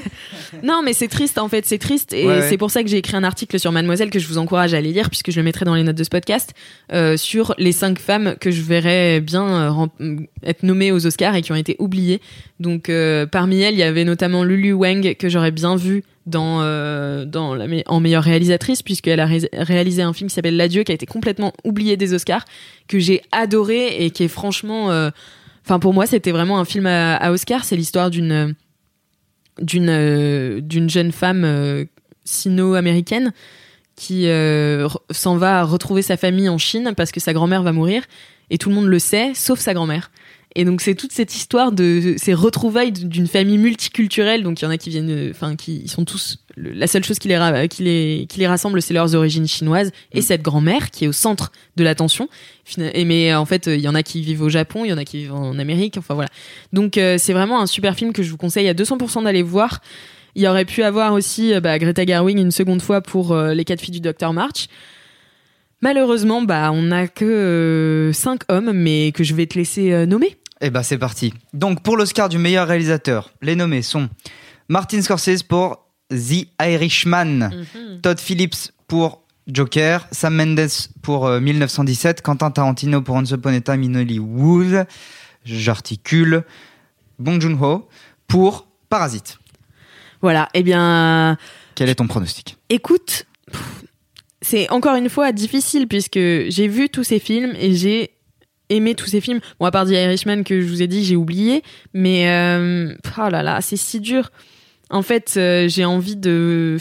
non, mais c'est triste en fait, c'est triste, et Ouais, ouais. c'est pour ça que j'ai écrit un article sur Mademoiselle que je vous encourage à aller lire, puisque je le mettrai dans les notes de ce podcast, euh, sur les cinq femmes que je verrais bien euh, rem- être nommées aux Oscars et qui ont été oubliées. Donc euh, parmi elles, il y avait notamment Lulu Wang que j'aurais bien vu dans euh, dans la me- en meilleure réalisatrice, puisqu'elle a ré- réalisé un film qui s'appelle L'Adieu, qui a été complètement oublié des Oscars, que j'ai adoré et qui est franchement euh, Enfin, pour moi, c'était vraiment un film à, à Oscar. C'est l'histoire d'une d'une euh, d'une jeune femme euh, sino-américaine qui euh, re- s'en va retrouver sa famille en Chine parce que sa grand-mère va mourir, et tout le monde le sait, sauf sa grand-mère. Et donc c'est toute cette histoire de ces retrouvailles d'une famille multiculturelle. Donc il y en a qui viennent, enfin qui ils sont tous, la seule chose qui les ra- qui les qui les rassemble, c'est leurs origines chinoises, et cette grand-mère qui est au centre de l'attention. Et mais en fait il y en a qui vivent au Japon, il y en a qui vivent en Amérique. Enfin voilà. Donc euh, c'est vraiment un super film que je vous conseille à deux cents pour cent d'aller voir. Il y aurait pu avoir aussi euh, bah, Greta Gerwig une seconde fois pour euh, Les quatre filles du docteur March. Malheureusement, bah on n'a que euh, cinq hommes, mais que je vais te laisser euh, nommer. Eh ben c'est parti. Donc pour l'Oscar du meilleur réalisateur, les nommés sont Martin Scorsese pour The Irishman, Mm-hmm. Todd Phillips pour Joker, Sam Mendes pour euh, mille neuf cent dix-sept, Quentin Tarantino pour Once Upon a Time in Hollywood, j'articule, Bong Joon-ho pour Parasite. Voilà, eh bien, Quel est ton pronostic ? écoute, pff, c'est encore une fois difficile puisque j'ai vu tous ces films et j'ai aimé tous ces films. Bon, à part The Irishman que je vous ai dit, j'ai oublié, mais euh, oh là là, c'est si dur. En fait, euh, j'ai envie de...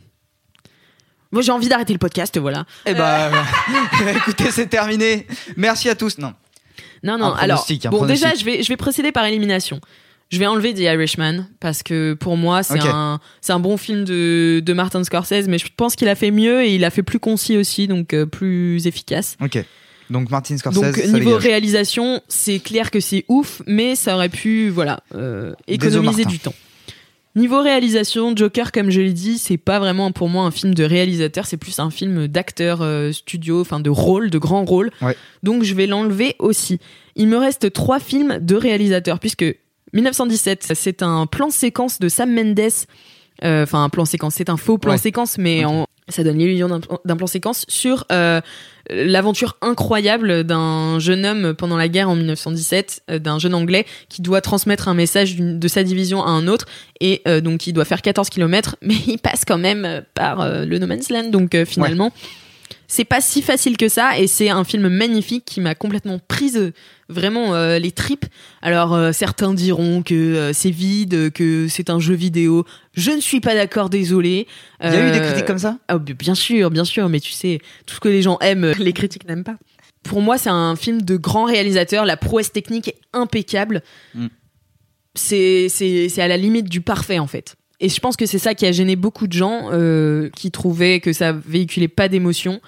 Moi, j'ai envie d'arrêter le podcast, voilà. Eh ben, écoutez, c'est terminé. Merci à tous. Non. Non, non, Un alors, pronostic, un bon, pronostic. déjà, je vais, je vais procéder par élimination. Je vais enlever The Irishman, parce que pour moi, c'est Ok. un, c'est un bon film de, de Martin Scorsese, mais je pense qu'il a fait mieux et il a fait plus concis aussi, donc euh, plus efficace. Ok. Donc Martin Scorsese, Donc, ça niveau dégage. réalisation, c'est clair que c'est ouf, mais ça aurait pu, voilà, euh, économiser Martin. du temps. Niveau réalisation, Joker, comme je l'ai dit, c'est pas vraiment pour moi un film de réalisateur, c'est plus un film d'acteur euh, studio, enfin de rôle, de grand rôle. Ouais. Donc je vais l'enlever aussi. Il me reste trois films de réalisateur, puisque mille neuf cent dix-sept, c'est un plan séquence de Sam Mendes. Euh, Enfin, un plan séquence, c'est un faux plan Ouais. séquence, mais Ok. en, ça donne l'illusion d'un, d'un plan séquence sur euh, l'aventure incroyable d'un jeune homme pendant la guerre en mille neuf cent dix-sept, euh, d'un jeune Anglais qui doit transmettre un message d'une- de sa division à un autre, et euh, donc il doit faire quatorze kilomètres, mais il passe quand même euh, par euh, le No Man's Land, donc euh, finalement... C'est pas si facile que ça, et c'est un film magnifique qui m'a complètement prise euh, vraiment euh, les tripes. Alors euh, certains diront que euh, c'est vide, que c'est un jeu vidéo. Je ne suis pas d'accord, désolé. Il y a eu des Euh, critiques comme ça ? ah, b- bien sûr, bien sûr, mais tu sais, tout ce que les gens aiment, euh, les critiques n'aiment pas. Pour moi, c'est un film de grand réalisateur. La prouesse technique est impeccable. Mm. C'est, c'est, c'est à la limite du parfait, en fait. Et je pense que c'est ça qui a gêné beaucoup de gens euh, qui trouvaient que ça véhiculait pas d'émotion.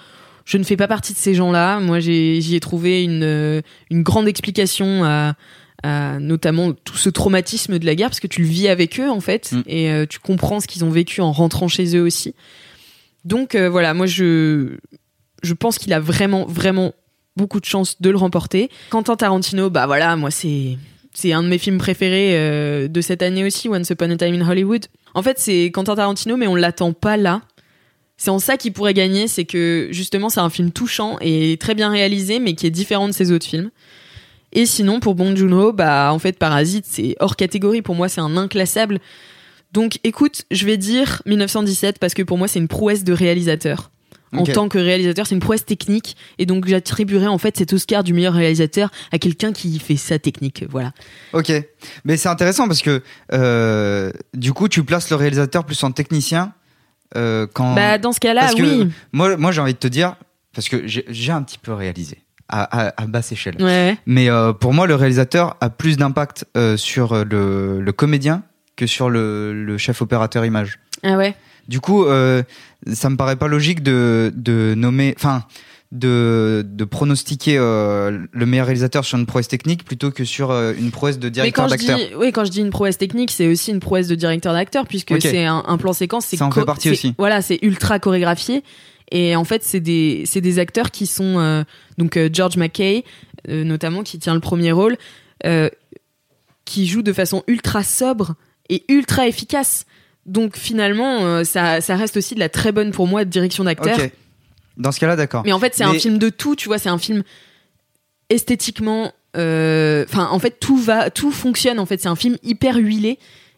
je ne fais pas partie de ces gens-là. Moi, j'ai, j'y ai trouvé une, une grande explication à, à notamment tout ce traumatisme de la guerre, parce que tu le vis avec eux, en fait, mm. et euh, tu comprends ce qu'ils ont vécu en rentrant chez eux aussi. Donc, euh, voilà, moi, je, je pense qu'il a vraiment, vraiment beaucoup de chances de le remporter. Quentin Tarantino, bah voilà, moi, c'est, c'est un de mes films préférés euh, de cette année aussi, Once Upon a Time in Hollywood. En fait, c'est Quentin Tarantino, mais on l'attend pas là. C'est en ça qu'il pourrait gagner, c'est que justement c'est un film touchant et très bien réalisé, mais qui est différent de ses autres films. Et sinon pour Bong Joon-ho, bah en fait Parasite c'est hors catégorie, pour moi c'est un inclassable. Donc écoute, je vais dire dix-neuf cent dix-sept parce que pour moi c'est une prouesse de réalisateur. En okay. tant que réalisateur, c'est une prouesse technique, et donc j'attribuerais en fait cet Oscar du meilleur réalisateur à quelqu'un qui fait sa technique, voilà. Ok, mais c'est intéressant parce que euh, du coup tu places le réalisateur plus en technicien. Euh, quand... Bah dans ce cas-là, parce que oui. Moi, moi, j'ai envie de te dire, parce que j'ai, j'ai un petit peu réalisé à, à, à basse échelle. Ouais. Mais euh, pour moi, le réalisateur a plus d'impact euh, sur le, le comédien que sur le, le chef opérateur image. Ah ouais. Du coup, euh, ça me paraît pas logique de, de nommer, enfin, de, de pronostiquer euh, le meilleur réalisateur sur une prouesse technique plutôt que sur euh, une prouesse de directeur d'acteur. Dis, oui, quand je dis une prouesse technique, c'est aussi une prouesse de directeur d'acteur, puisque okay. c'est un, un plan séquence. C'est ça en co- fait partie c'est, aussi. Voilà, c'est ultra chorégraphié. Et en fait, c'est des, c'est des acteurs qui sont... Euh, donc euh, George McKay, euh, notamment, qui tient le premier rôle, euh, qui joue de façon ultra sobre et ultra efficace. Donc finalement, euh, ça, ça reste aussi de la très bonne, pour moi, direction d'acteur. Okay. Dans ce cas-là, d'accord. Mais en fait, c'est Mais... un film de tout, tu vois, c'est un film esthétiquement... Enfin, euh, en fait, tout va, tout fonctionne, en fait. C'est un film hyper huilé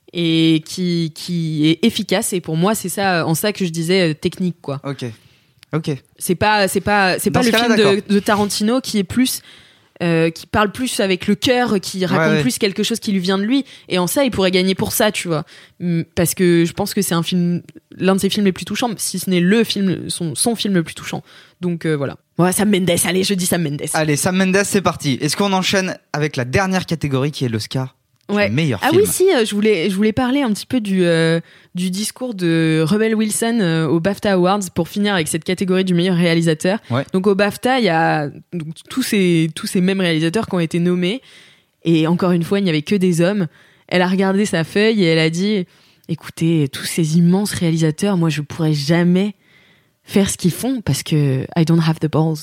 et qui, qui est efficace. Et pour moi, c'est ça, en ça que je disais euh, technique, quoi. Ok, ok. C'est pas, c'est pas, c'est pas le film de, de Tarantino qui est plus... Euh, qui parle plus avec le cœur, qui raconte ouais, ouais. plus quelque chose qui lui vient de lui, et en ça il pourrait gagner pour ça, tu vois, parce que je pense que c'est un film, l'un de ses films les plus touchants, si ce n'est le film, son, son film le plus touchant. Donc euh, voilà. Ouais, Sam Mendes, allez, je dis Sam Mendes. Allez, Sam Mendes, c'est parti. Est-ce qu'on enchaîne avec la dernière catégorie qui est l'Oscar ouais. du meilleur ah film? Oui, si, je voulais, je voulais parler un petit peu du, euh, du discours de Rebel Wilson euh, au BAFTA Awards pour finir avec cette catégorie du meilleur réalisateur. Ouais. Donc au BAFTA, il y a donc, tous, ces, tous ces mêmes réalisateurs qui ont été nommés, et encore une fois, il n'y avait que des hommes. Elle a regardé sa feuille et elle a dit « Écoutez, tous ces immenses réalisateurs, moi je pourrais jamais faire ce qu'ils font parce que I don't have the balls. »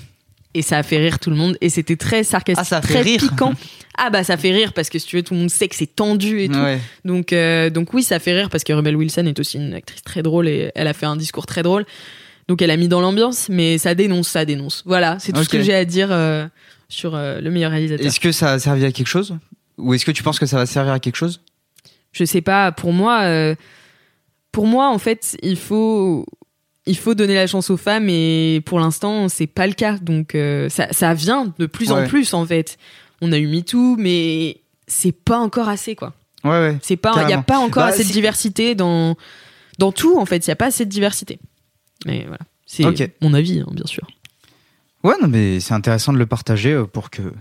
Et ça a fait rire tout le monde, et c'était très sarcastique, ah, ça a fait très rire. piquant. Ah bah ça fait rire parce que si tu veux, tout le monde sait que c'est tendu et tout. Ouais. Donc euh, donc oui, ça fait rire parce que Rebel Wilson est aussi une actrice très drôle et elle a fait un discours très drôle. Donc elle a mis dans l'ambiance, mais ça dénonce, ça dénonce. Voilà, c'est tout okay. ce que j'ai à dire euh, sur euh, le meilleur réalisateur. Est-ce que ça a servi à quelque chose, ou est-ce que tu penses que ça va servir à quelque chose? Je sais pas. Pour moi, euh, pour moi en fait, il faut il faut donner la chance aux femmes, et pour l'instant c'est pas le cas, donc euh, ça, ça vient de plus ouais. en plus en fait. On a eu MeToo, mais c'est pas encore assez, quoi. Ouais ouais. C'est pas, il y a pas encore bah, assez si... de diversité dans dans tout, en fait. Il y a pas assez de diversité. Mais voilà, c'est okay. mon avis, hein, bien sûr. Ouais, non mais c'est intéressant de le partager pour que.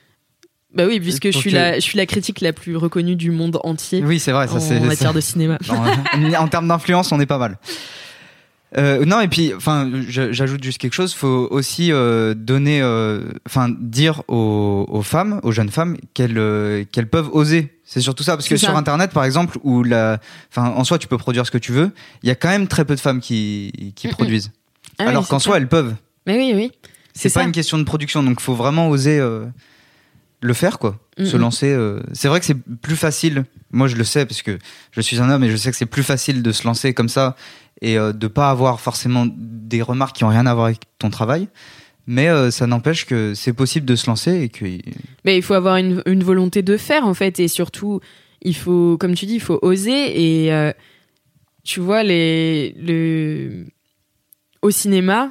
Bah oui, puisque je suis, que... la, je suis la critique la plus reconnue du monde entier. Oui, c'est vrai, ça en c'est. En matière ça... de cinéma. en, en termes d'influence, on est pas mal. Euh, non, et puis, enfin, j'ajoute juste quelque chose. Faut aussi euh, donner, enfin, euh, dire aux, aux femmes, aux jeunes femmes, qu'elles euh, qu'elles peuvent oser. C'est surtout ça, parce que sur Internet, par exemple, où la, enfin, en soi, tu peux produire ce que tu veux. Il y a quand même très peu de femmes qui qui mm-hmm. produisent, ah alors oui, qu'en soi, elles peuvent. Mais oui, oui. C'est, c'est pas ça. Une question de production, donc faut vraiment oser euh, le faire, quoi. Mm-hmm. Se lancer. Euh... C'est vrai que c'est plus facile. Moi, je le sais parce que je suis un homme, et je sais que c'est plus facile de se lancer comme ça. Et euh, de pas avoir forcément des remarques qui ont rien à voir avec ton travail, mais euh, ça n'empêche que c'est possible de se lancer et que. Mais il faut avoir une, une volonté de faire, en fait, et surtout il faut, comme tu dis, il faut oser. Et euh, tu vois, les le au cinéma,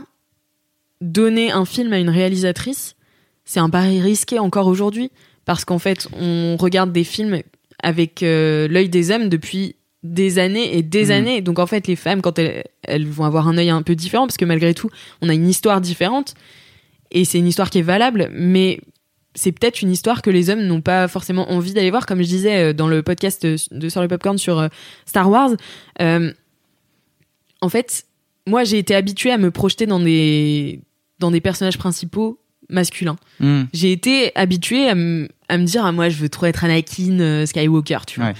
donner un film à une réalisatrice, c'est un pari risqué encore aujourd'hui, parce qu'en fait, on regarde des films avec euh, l'œil des hommes depuis des années et des mmh. années. Donc en fait, les femmes, quand elles, elles vont avoir un œil un peu différent, parce que malgré tout, on a une histoire différente, et c'est une histoire qui est valable, mais c'est peut-être une histoire que les hommes n'ont pas forcément envie d'aller voir, comme je disais dans le podcast de Sur le Popcorn sur Star Wars. Euh, en fait, moi j'ai été habituée à me projeter dans des dans des personnages principaux masculins. Mm. J'ai été habituée à, m- à me dire ah moi je veux trop être Anakin euh, Skywalker, tu vois. Ouais.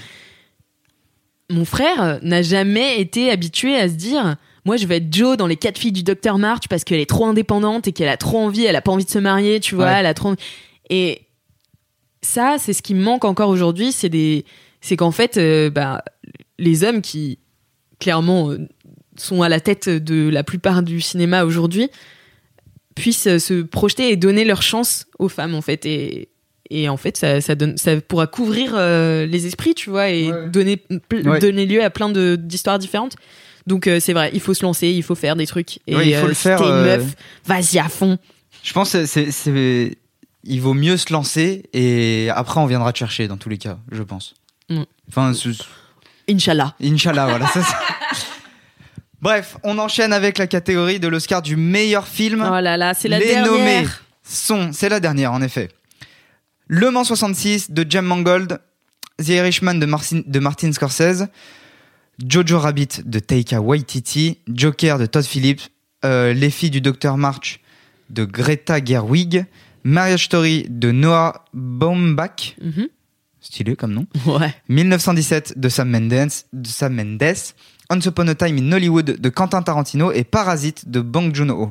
Mon frère n'a jamais été habitué à se dire moi je veux être Jo dans les quatre filles du docteur March parce qu'elle est trop indépendante et qu'elle a trop envie, elle a pas envie de se marier, tu vois, Ouais. elle a trop envie. Et ça c'est ce qui me manque encore aujourd'hui, c'est des c'est qu'en fait euh, bah les hommes qui clairement euh, sont à la tête de la plupart du cinéma aujourd'hui puissent se projeter et donner leur chance aux femmes en fait et et en fait ça ça donne ça pourra couvrir euh, les esprits, tu vois, et Ouais. donner pl- Ouais. donner lieu à plein de d'histoires différentes. Donc euh, c'est vrai, il faut se lancer, il faut faire des trucs et Ouais, il faut euh, le si faire, t'es une euh, meuf, vas-y à fond. Je pense que c'est, c'est, il vaut mieux se lancer et après on viendra te chercher dans tous les cas, je pense. Mm. Enfin, c'est- Inch'Allah. Inch'Allah, voilà. Ça, c'est- Bref, on enchaîne avec la catégorie de l'Oscar du meilleur film. Oh là là, c'est la Les dernière. nommés sont, c'est la dernière en effet. Le Mans soixante-six de James Mangold, The Irishman de Martin, de Martin Scorsese, Jojo Rabbit de Taika Waititi, Joker de Todd Phillips, euh, Les filles du docteur March de Greta Gerwig, Marriage Story de Noah Baumbach, Mhm. stylé comme nom, Ouais. dix-neuf cent dix-sept de Sam Mendes, de Sam Mendes, Once Upon a Time in Hollywood de Quentin Tarantino et Parasite de Bong Joon-ho.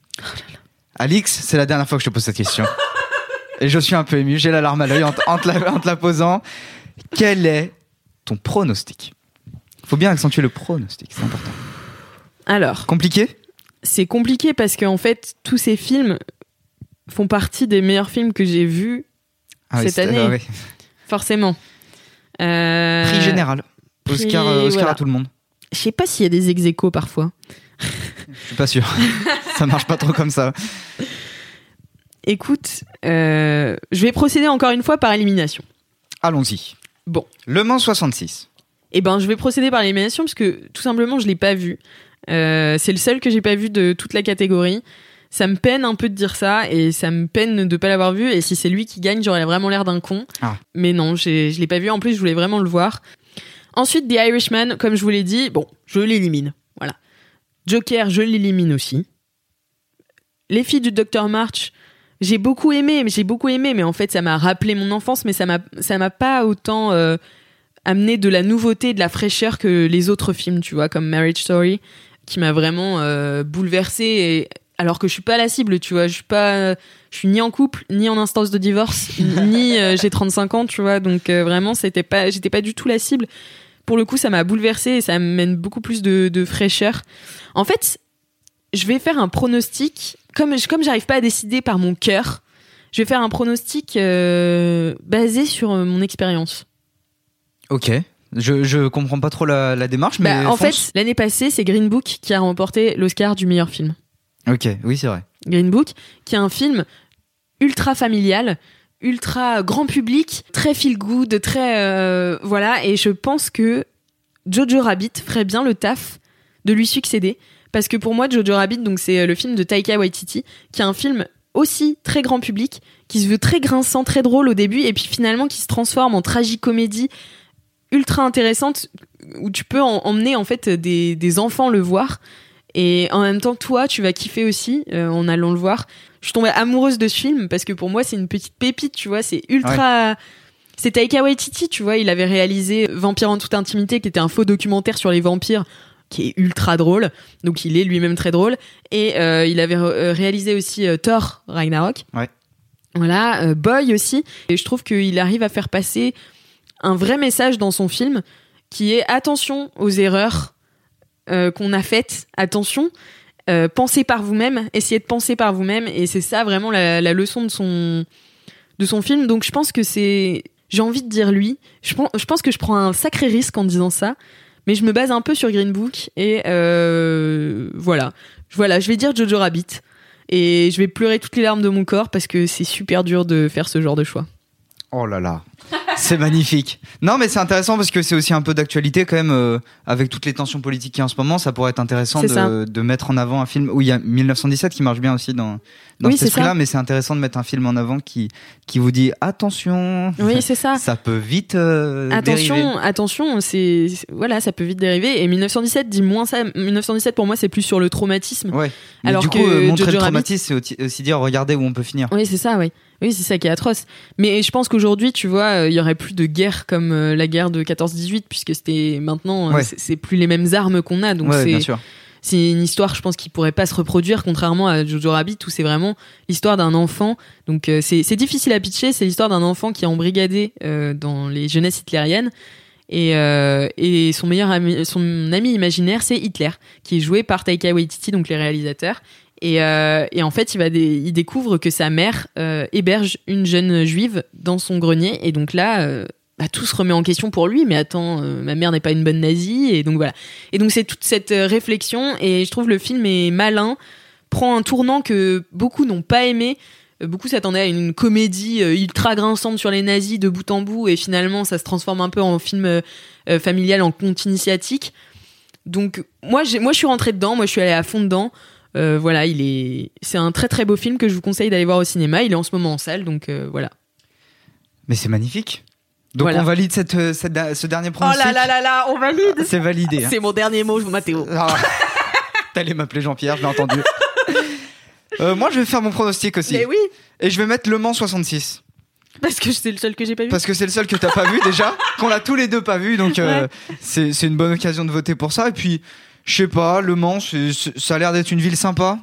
Alix, c'est la dernière fois que je te pose cette question. Et je suis un peu ému, j'ai la larme à l'œil en, te- en te la, en te la posant. Quel est ton pronostic ? Faut bien accentuer le pronostic, c'est important. Alors, Compliqué ? c'est compliqué parce qu'en fait, tous ces films font partie des meilleurs films que j'ai vus Ah oui, cette c'est- année. ah oui. Forcément. Euh, Prix général. prix- Oscar, euh, Oscar voilà. à tout le monde. Je sais pas s'il y a des ex-aequo parfois. Je suis pas sûr. Ça marche pas trop comme ça. Écoute, euh, je vais procéder encore une fois par élimination. Allons-y. Bon. Le Mans soixante-six. Eh ben, je vais procéder par élimination parce que tout simplement, je l'ai pas vu. Euh, c'est le seul que j'ai pas vu de toute la catégorie. Ça me peine un peu de dire ça et ça me peine de pas l'avoir vu. Et si c'est lui qui gagne, j'aurais vraiment l'air d'un con. Ah. Mais non, j'ai, je l'ai pas vu. En plus, je voulais vraiment le voir. Ensuite, The Irishman, comme je vous l'ai dit, bon, je l'élimine. Voilà. Joker, je l'élimine aussi. Les filles du docteur March, j'ai beaucoup aimé, mais j'ai beaucoup aimé, mais en fait, ça m'a rappelé mon enfance, mais ça m'a, ça m'a pas autant euh, amené de la nouveauté, de la fraîcheur que les autres films, tu vois, comme Marriage Story, qui m'a vraiment euh, bouleversée. Et alors que je suis pas la cible, tu vois, je suis pas, je suis ni en couple, ni en instance de divorce, ni euh, j'ai trente-cinq ans, tu vois, donc euh, vraiment, c'était pas, j'étais pas du tout la cible. Pour le coup, ça m'a bouleversée et ça m'amène beaucoup plus de, de fraîcheur. En fait, je vais faire un pronostic. Comme, comme j'arrive pas à décider par mon cœur, je vais faire un pronostic euh, basé sur euh, mon expérience. Ok. Je, je comprends pas trop la, la démarche, mais. Bah, en fonce. fait, l'année passée, c'est Green Book qui a remporté l'Oscar du meilleur film. Ok, oui, c'est vrai. Green Book, qui est un film ultra familial, ultra grand public, très feel good, très euh, voilà. Et je pense que Jojo Rabbit ferait bien le taf de lui succéder, parce que pour moi, Jojo Rabbit, donc c'est le film de Taika Waititi, qui est un film aussi très grand public, qui se veut très grinçant, très drôle au début, et puis finalement qui se transforme en tragicomédie ultra intéressante, où tu peux en, emmener en fait des, des enfants le voir. Et en même temps, toi, tu vas kiffer aussi euh, en allant le voir. Je suis tombée amoureuse de ce film parce que pour moi, c'est une petite pépite, tu vois. C'est ultra. Ouais. C'est Taika Waititi, tu vois. Il avait réalisé Vampire en toute intimité, qui était un faux documentaire sur les vampires, qui est ultra drôle. Donc, il est lui-même très drôle. Et euh, il avait ré- réalisé aussi euh, Thor Ragnarok. Ouais. Voilà, euh, Boy aussi. Et je trouve qu'il arrive à faire passer un vrai message dans son film, qui est attention aux erreurs Euh, qu'on a fait, attention, euh, pensez par vous-même, essayez de penser par vous-même, et c'est ça vraiment la, la leçon de son, de son film. Donc je pense que c'est, j'ai envie de dire lui, je pense, je pense que je prends un sacré risque en disant ça, mais je me base un peu sur Green Book, et euh, voilà. voilà, je vais dire Jojo Rabbit, et je vais pleurer toutes les larmes de mon corps, parce que c'est super dur de faire ce genre de choix. Oh là là. C'est magnifique. Non, mais c'est intéressant parce que c'est aussi un peu d'actualité quand même, euh, avec toutes les tensions politiques qu'il y a en ce moment. Ça pourrait être intéressant de, de mettre en avant un film où il y a dix-neuf cent dix-sept qui marche bien aussi dans, dans oui, cet esprit-là, mais c'est intéressant de mettre un film en avant qui, qui vous dit attention. Oui, c'est ça. Ça peut vite euh, attention, dériver. Attention, c'est, c'est voilà, ça peut vite dériver. Et dix-neuf cent dix-sept dit moins ça. dix-neuf cent dix-sept pour moi, c'est plus sur le traumatisme. Ouais. Mais Alors du que coup, euh, montrer Jojo le Rabbit... traumatisme, c'est aussi dire regardez où on peut finir. Oui, c'est ça, oui. Oui, c'est ça qui est atroce. Mais je pense qu'aujourd'hui, tu vois, il y aurait plus de guerre comme euh, la guerre de quatorze dix-huit, puisque c'était maintenant, ouais. c'est, c'est plus les mêmes armes qu'on a. Donc ouais, c'est, bien sûr. c'est une histoire, je pense, qui pourrait pas se reproduire, contrairement à Jojo Rabbit, où c'est vraiment l'histoire d'un enfant. Donc euh, c'est, c'est difficile à pitcher. C'est l'histoire d'un enfant qui est embrigadé euh, dans les jeunesses hitlériennes. Et, euh, et son meilleur ami, son ami imaginaire, c'est Hitler, qui est joué par Taika Waititi, donc les réalisateurs. Et, euh, et en fait, il, va dé- il découvre que sa mère euh, héberge une jeune juive dans son grenier. Et donc là, euh, bah, tout se remet en question pour lui. Mais attends, euh, ma mère n'est pas une bonne nazie. Et donc voilà. Et donc c'est toute cette euh, réflexion. Et je trouve le film est malin, prend un tournant que beaucoup n'ont pas aimé. Euh, beaucoup s'attendaient à une comédie euh, ultra grinçante sur les nazis de bout en bout. Et finalement, ça se transforme un peu en film euh, euh, familial, en conte initiatique. Donc moi, j'ai, moi, je suis rentrée dedans. Moi, je suis allée à fond dedans. Euh, voilà, il est, c'est un très très beau film que je vous conseille d'aller voir au cinéma. Il est en ce moment en salle, donc euh, voilà. Mais c'est magnifique. Donc voilà. on valide cette, cette, ce dernier pronostic. Oh là là là là, on valide. C'est validé. Hein. C'est mon dernier mot, Mathéo. Ah, t'allais m'appeler Jean-Pierre, je l'ai entendu. euh, moi, je vais faire mon pronostic aussi. Mais oui. Et je vais mettre Le Mans soixante-six. Parce que c'est le seul que j'ai pas vu. Parce que c'est le seul que t'as pas vu déjà, qu'on l'a tous les deux pas vu, donc euh, ouais. c'est, c'est une bonne occasion de voter pour ça. Et puis, je sais pas, Le Mans, c'est, c'est, ça a l'air d'être une ville sympa.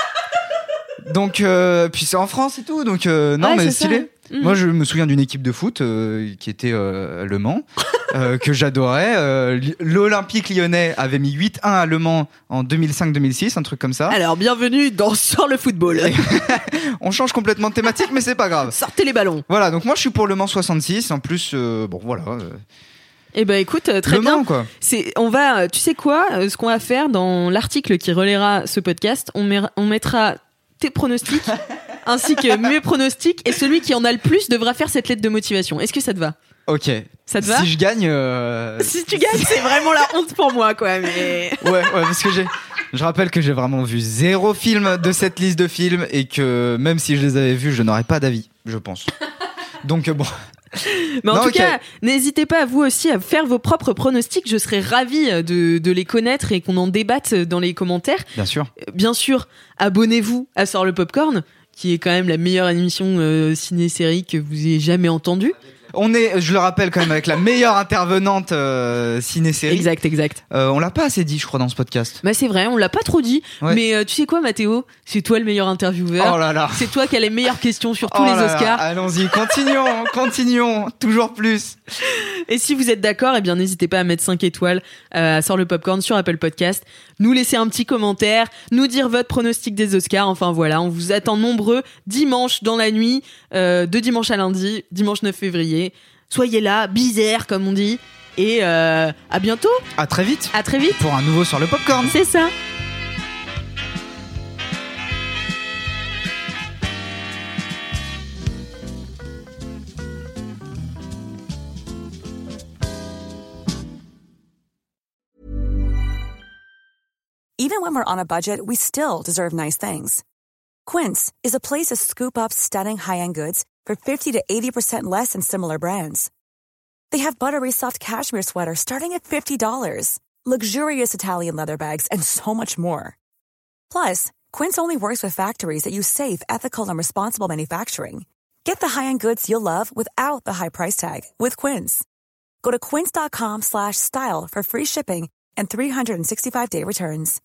Donc, euh, puis c'est en France et tout, donc euh, non, ouais, mais stylé. Mmh. Moi, je me souviens d'une équipe de foot euh, qui était euh, Le Mans, euh, que j'adorais. Euh, L'Olympique lyonnais avait mis huit un à Le Mans en deux mille cinq deux mille six, un truc comme ça. Alors, bienvenue dans Sors le football. On change complètement de thématique, mais c'est pas grave. Sortez les ballons. Voilà, donc moi, je suis pour Le Mans soixante-six. En plus, euh, bon, voilà. Euh, Eh ben écoute, euh, très Le bien. Mans, quoi. C'est, on va, tu sais quoi, euh, ce qu'on va faire dans l'article qui relaiera ce podcast, on, met, on mettra tes pronostics ainsi que mes pronostics, et celui qui en a le plus devra faire cette lettre de motivation. Est-ce que ça te va ? Ok. Ça te va ? Si je gagne. Euh... Si tu gagnes, c'est vraiment la honte pour moi, quoi. Mais ouais, ouais, parce que j'ai. Je rappelle que j'ai vraiment vu zéro film de cette liste de films et que même si je les avais vus, je n'aurais pas d'avis, je pense. Donc bon. Mais en non, tout okay. cas, n'hésitez pas à vous aussi à faire vos propres pronostics. Je serais ravie de, de les connaître et qu'on en débatte dans les commentaires. Bien sûr. Bien sûr, abonnez-vous à Sors le Popcorn, qui est quand même la meilleure émission euh, ciné-série que vous ayez jamais entendue. On est, je le rappelle quand même, avec la meilleure intervenante euh, ciné-série. Exact, exact. Euh, on l'a pas assez dit, je crois, dans ce podcast. Bah c'est vrai, on l'a pas trop dit. Ouais. Mais euh, tu sais quoi, Mathéo ? C'est toi le meilleur intervieweur. Oh là là. C'est toi qui as les meilleures questions sur tous oh les là Oscars. Là. Allons-y, continuons, continuons, toujours plus. Et si vous êtes d'accord, eh bien n'hésitez pas à mettre cinq étoiles euh, à Sors le Popcorn sur Apple Podcast, nous laisser un petit commentaire, nous dire votre pronostic des Oscars. Enfin voilà, on vous attend nombreux dimanche dans la nuit, euh, de dimanche à lundi, dimanche neuf février. Soyez là, bizarre comme on dit, et euh, à bientôt. À très vite. À très vite. Pour un nouveau Sur le Popcorn. C'est ça. Even when we're on a budget, we still deserve nice things. Quince is a place to scoop up stunning high-end goods for fifty to eighty percent less than similar brands. They have buttery soft cashmere sweaters starting at fifty dollars, luxurious Italian leather bags, and so much more. Plus, Quince only works with factories that use safe, ethical, and responsible manufacturing. Get the high-end goods you'll love without the high price tag with Quince. Go to quince.com slash style for free shipping and three sixty-five day returns.